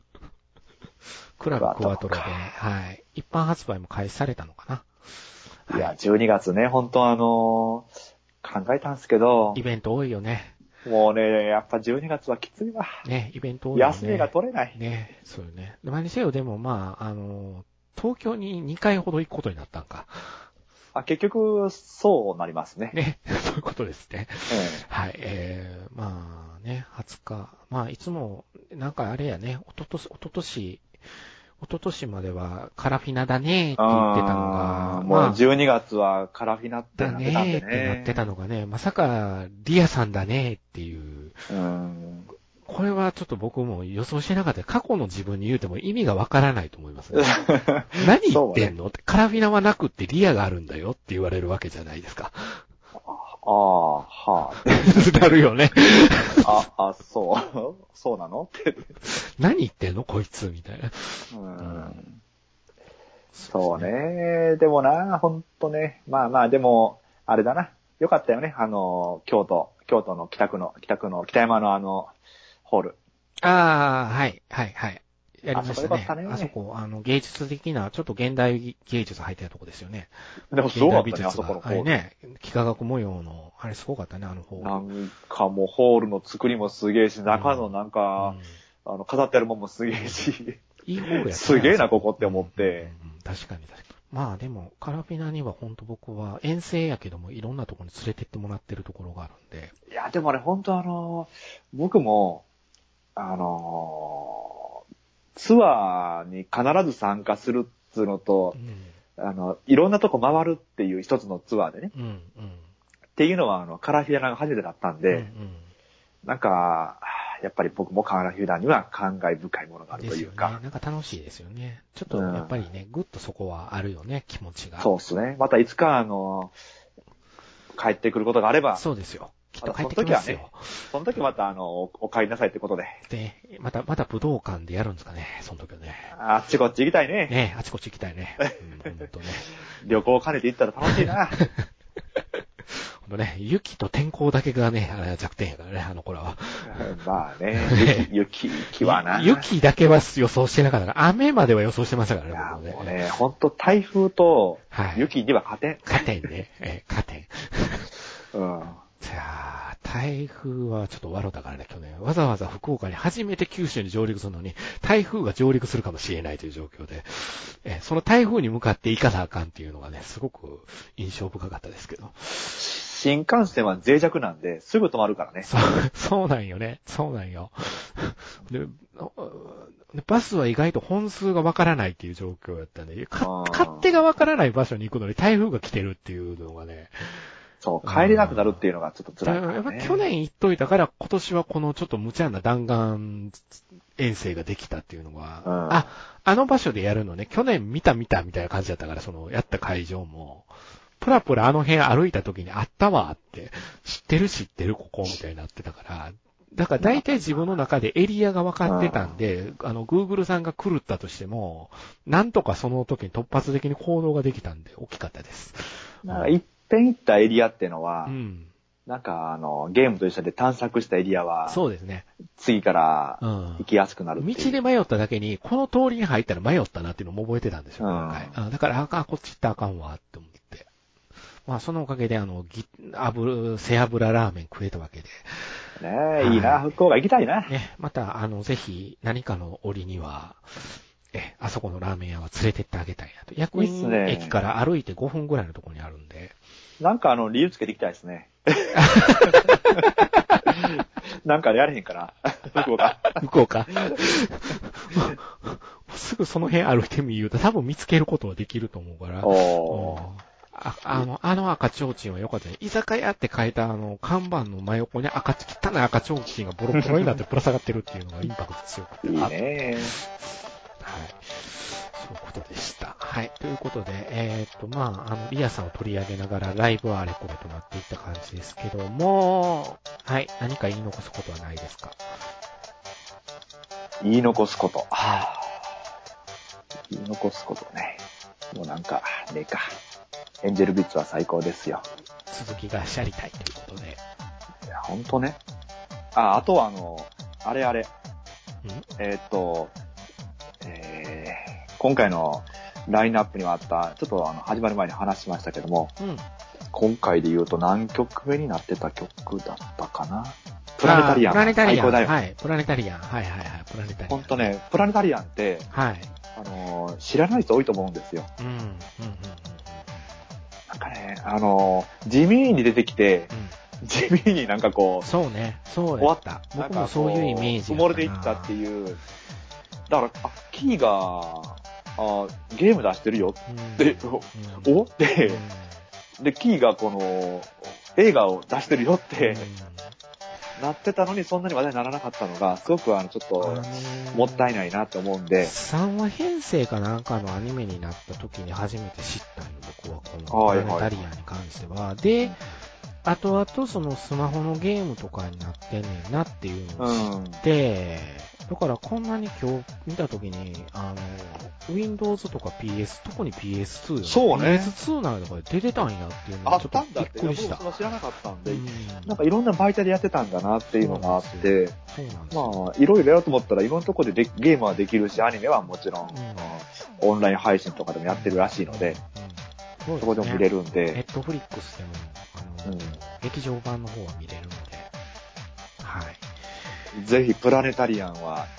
クラブクワトロで、はい。一般発売も開始されたのかな。いや、じゅうにがつね、本当あのー、考えたんですけど。 イベント多いよね。 もうね、やっぱじゅうにがつはきついわ。 ね、イベント多いよね。 休みが取れない。 ね、そうよね。何にせよでもまあ、あのー、東京ににかいほど行くことになったんか。 あ、結局、そうなりますね。 ね、そういうことですね。 ええはい、えー、まあね、はつか。まあ、いつも、なんかあれやね、おととし、おととし、おととしまではカラフィナだねって言ってたのが、 もうじゅうにがつはカラフィナってなってたんでね。 だねってなってたのがね、まさかリアさんだねっていう。 うん、 これはちょっと僕も予想してなかった。過去の自分に言うても意味がわからないと思いますね。何言ってんの、ね、カラフィナはなくってリアがあるんだよって言われるわけじゃないですか。 ああ、はあ。なるよね。 あ、あ、そう。そうなのって。 何言ってんのこいつみたいな。 うん。うん、そうね。でもな、ほんとね。まあまあ、でも、あれだな。よかったよね。あの、京都、京都の北区の、北区の、北山のあの、ホール。 ああ、はい、はい、はい。やりましたね。あそこよかったね。あそこ、あの、芸術的な、ちょっと現代芸術入ってるとこですよね。 でもすごかったね、あそこのホール。あれね、幾何学模様の、あれすごかったね、あのホール。 なんかもうホールの作りもすげえし、中のなんか、 あの、飾ってあるもんもすげえし、 いいホールやったすげえな、ここって思って。 うんうんうん、確かに確かに。まあでも、カラフィナには本当僕は遠征やけどもいろんなところに連れてってもらってるところがあるんで。 いや、でもね、本当あの、僕も、あの、ツアーに必ず参加するっつうのと、うん、あの、いろんなとこ回るっていう一つのツアーでね。うんうん、っていうのは、あの、カラフィナが初めてだったんで、うんうん、なんか、やっぱり僕もカラフィナには感慨深いものがあるというか。 ですよね。なんか楽しいですよね。ちょっとやっぱりね、うん、ぐっとそこはあるよね、気持ちが。 そうですね。またいつか、あの、帰ってくることがあれば。 そうですよ。きっと帰ってきますよ。 その時はね、その時また、あの、お帰りなさいってことで。 で、また、また武道館でやるんですかね、その時はね。 あっちこっち行きたいね。 ねあちこち行きたいね。うん、ほんとね。 旅行を兼ねて行ったら楽しいな。 ほんとね、雪と天候だけがね、あれ弱点やからね、あの頃は。 まあね、雪、雪、雪はな。 雪だけは予想してなかったから、雨までは予想してましたからね、 僕ね。もうね、ほんと台風と雪には勝てん。 勝てんね。え、勝てん。 うん。 いやー、台風はちょっと笑ったからね、去年。わざわざ福岡に初めて九州に上陸するのに、台風が上陸するかもしれないという状況で、えその台風に向かって行かなあかんっていうのがね、すごく印象深かったですけど。 新幹線は脆弱なんで、すぐ止まるからね。 そう、そうなんよね。そうなんよ。で、バスは意外と本数がわからないっていう状況やったんで、勝手がわからない場所に行くのに台風が来てるっていうのがね、 そう、帰れなくなるっていうのがちょっと辛いからね。 やっぱ去年行っといたから、今年はこのちょっと無茶な弾丸遠征ができたっていうのが、うん、あ、あの場所でやるのね、去年見た見たみたいな感じだったから、その、やった会場も、プラプラあの辺歩いた時にあったわって、知ってる知ってるここみたいになってたから、だから大体自分の中でエリアが分かってたんで、うん、あの、Google さんが狂ったとしても、なんとかその時に突発的に行動ができたんで、大きかったです。 なんか一遍行ったエリアっていうのは、うん、なんかあの、ゲームと一緒で探索したエリアは、 そうですね。 次から行きやすくなるっていう、 うん、道で迷っただけに、この通りに入ったら迷ったなっていうのも覚えてたんですよ、今回。うん、だから、あ、こっち行ったらあかんわって思って。まあ、そのおかげで、あの、ぎ、油、背脂ラーメン食えたわけで。 ねえ、いいな、福岡行きたいな。 ね、また、あの、ぜひ、何かの折には、え、あそこのラーメン屋は連れてってあげたいなと。薬院駅から歩いてごふんぐらいのところにあるんで。 なんかあの、理由つけていきたいですね。なんかやれへんかな。福岡。 福岡。すぐその辺歩いてみると多分見つけることはできると思うから。おあ, あの、あの赤ちょうちんは良かったね。居酒屋って書いたあの、看板の真横に赤、汚い赤ちょうちんがボロボロになってぶら下がってるっていうのがインパクト強くて。 いいね。 はい。そういうことでした。はい。ということで、えー、っと、まあ、あの、リアさんを取り上げながらライブはあれこれとなっていった感じですけども、はい。何か言い残すことはないですか？ 言い残すこと。はぁ、言い残すことね。もうなんか、ねえか。エンジェルビッツは最高ですよ。 続きがしゃりたいということで。 いや、ほんとね。あ、あとはあの、あれあれ。えー、っと、えー、今回のラインナップにはあった、ちょっとあの、始まる前に話しましたけども、うん、今回で言うと何曲目になってた曲だったかな。プラネタリアン。 プラネタリアン。 最高だよ。 はい。プラネタリアン。はいはいはい。プラネタリアン。 ほんとね、プラネタリアンって、 はい。 あの、知らない人多いと思うんですよ。うん。うん。うん。なんかね、あの、地味に出てきて、うん、地味になんかこう、 そうね。そう終わった。 僕もそういうイメージ。 埋もれていったっていう。だから、あ、キーが、あ、ゲーム出してるよって、うん、おって、うん、で、キーがこの、映画を出してるよって、うん、なってたのにそんなに話題にならなかったのが、すごくあの、ちょっと、もったいないなって思うんで。 さんわ編成かなんかのアニメになった時に初めて知ったんよ、僕はこのプラネタリアンに関しては。はいはい、で、後々そのスマホのゲームとかになってんねんなっていうのを知って、うん、だからこんなに今日見たときに、あの、Windows とか ピーエス、特に ピーエスツー よ、ね。 そうね。 ピーエスツー なんかで出てたんやっていうのがちょっとびっくりした。 あったんだって、僕も知らなかったんで、うん、なんかいろんな媒体でやってたんだなっていうのがあって、そうなんですよ。まあ、いろいろやろうと思ったらいろんなところでゲームはできるし、アニメはもちろん、うん、オンライン配信とかでもやってるらしいので、うんうん、そこでも見れるんで。 ネットフリックスでも、あの、うん、劇場版の方は見れるので、はい。 ぜひプラネタリアンは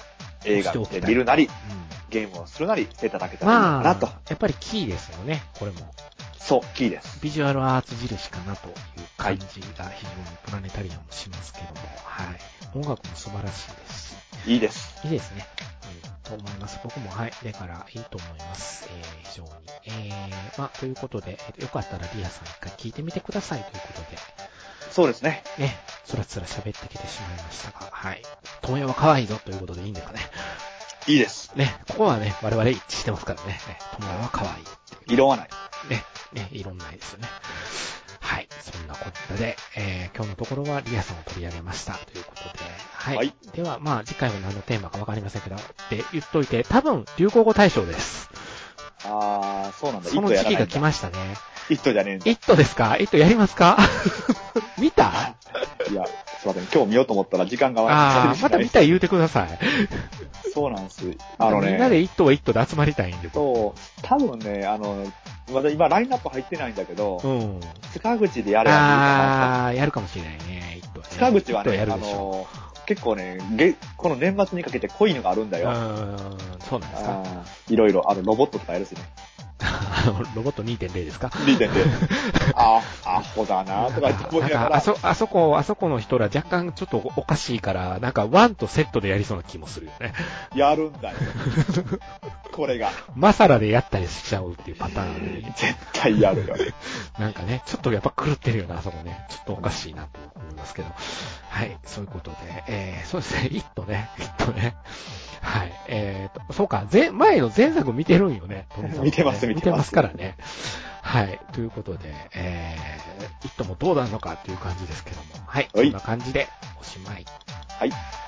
映画で見るなり、うん、ゲームをするなりしていただけたらいいのかなと。まあ、 やっぱりキーですよね、これも。 そう、キーです。 ビジュアルアーツ印かなという感じが非常にプラネタリアムしますけども、はい。音楽も素晴らしいですし。 いいです。 いいですね。うん、と思います。僕も、はい。だからいいと思います。えー、非常に。えー、まあ、ということで、よかったらリアさん一回聞いてみてくださいということで。 そうですね。 ね、つらつら喋ってきてしまいましたが、はい。トモヤは可愛いぞということでいいんですかね。 いいです。 ね、ここはね、我々一致してますからね。トモヤは可愛い。 異論はない。 ね、ね、異論ないですよね。はい。そんなことで、えー、今日のところはリアさんを取り上げましたということで、はい。はい、では、まあ、次回は何のテーマかわかりませんけど、って言っといて、多分、流行語大賞です。 あー、そうなんだ。 その時期が来ましたね。 イットじゃねえんだ。 イットですか？イットやりますか？見た？ いや、すいません。今日見ようと思ったら時間が悪い。ああ、また見たい言うてください。 そうなんです。あのね。 みんなでイットはイットで集まりたいんで。 そう。多分ね、あの、まだ今ラインナップ入ってないんだけど、うん。塚口でやればいいかな。 ああ、やるかもしれないね、イットはね。 塚口はね、あの、結構ね、この年末にかけて濃いのがあるんだよ。うん、 そうなんですか。 いろいろ、あの、ロボットとかやるしね。 ロボット にてんゼロ ですか ?にてんゼロ。あ、アホだなとか言って思いながら。 あそ、あそこ、あそこの人ら若干ちょっとおかしいから、なんかワンとセットでやりそうな気もするよね。 やるんだよ。これが。 マサラでやったりしちゃうっていうパターンで。 絶対やるよね。 なんかね、ちょっとやっぱ狂ってるよな、あそこね。ちょっとおかしいなと思いますけど。はい、そういうことで、えー、そうですね、イットね、イットね。はい。えーと、そうか、前、前の前作見てるんよね。 ね見てます、見てます。 見てますからね。はい。ということで、えー、イットもどうなるのかっていう感じですけども。はい。こんな感じでおしまい。 はい。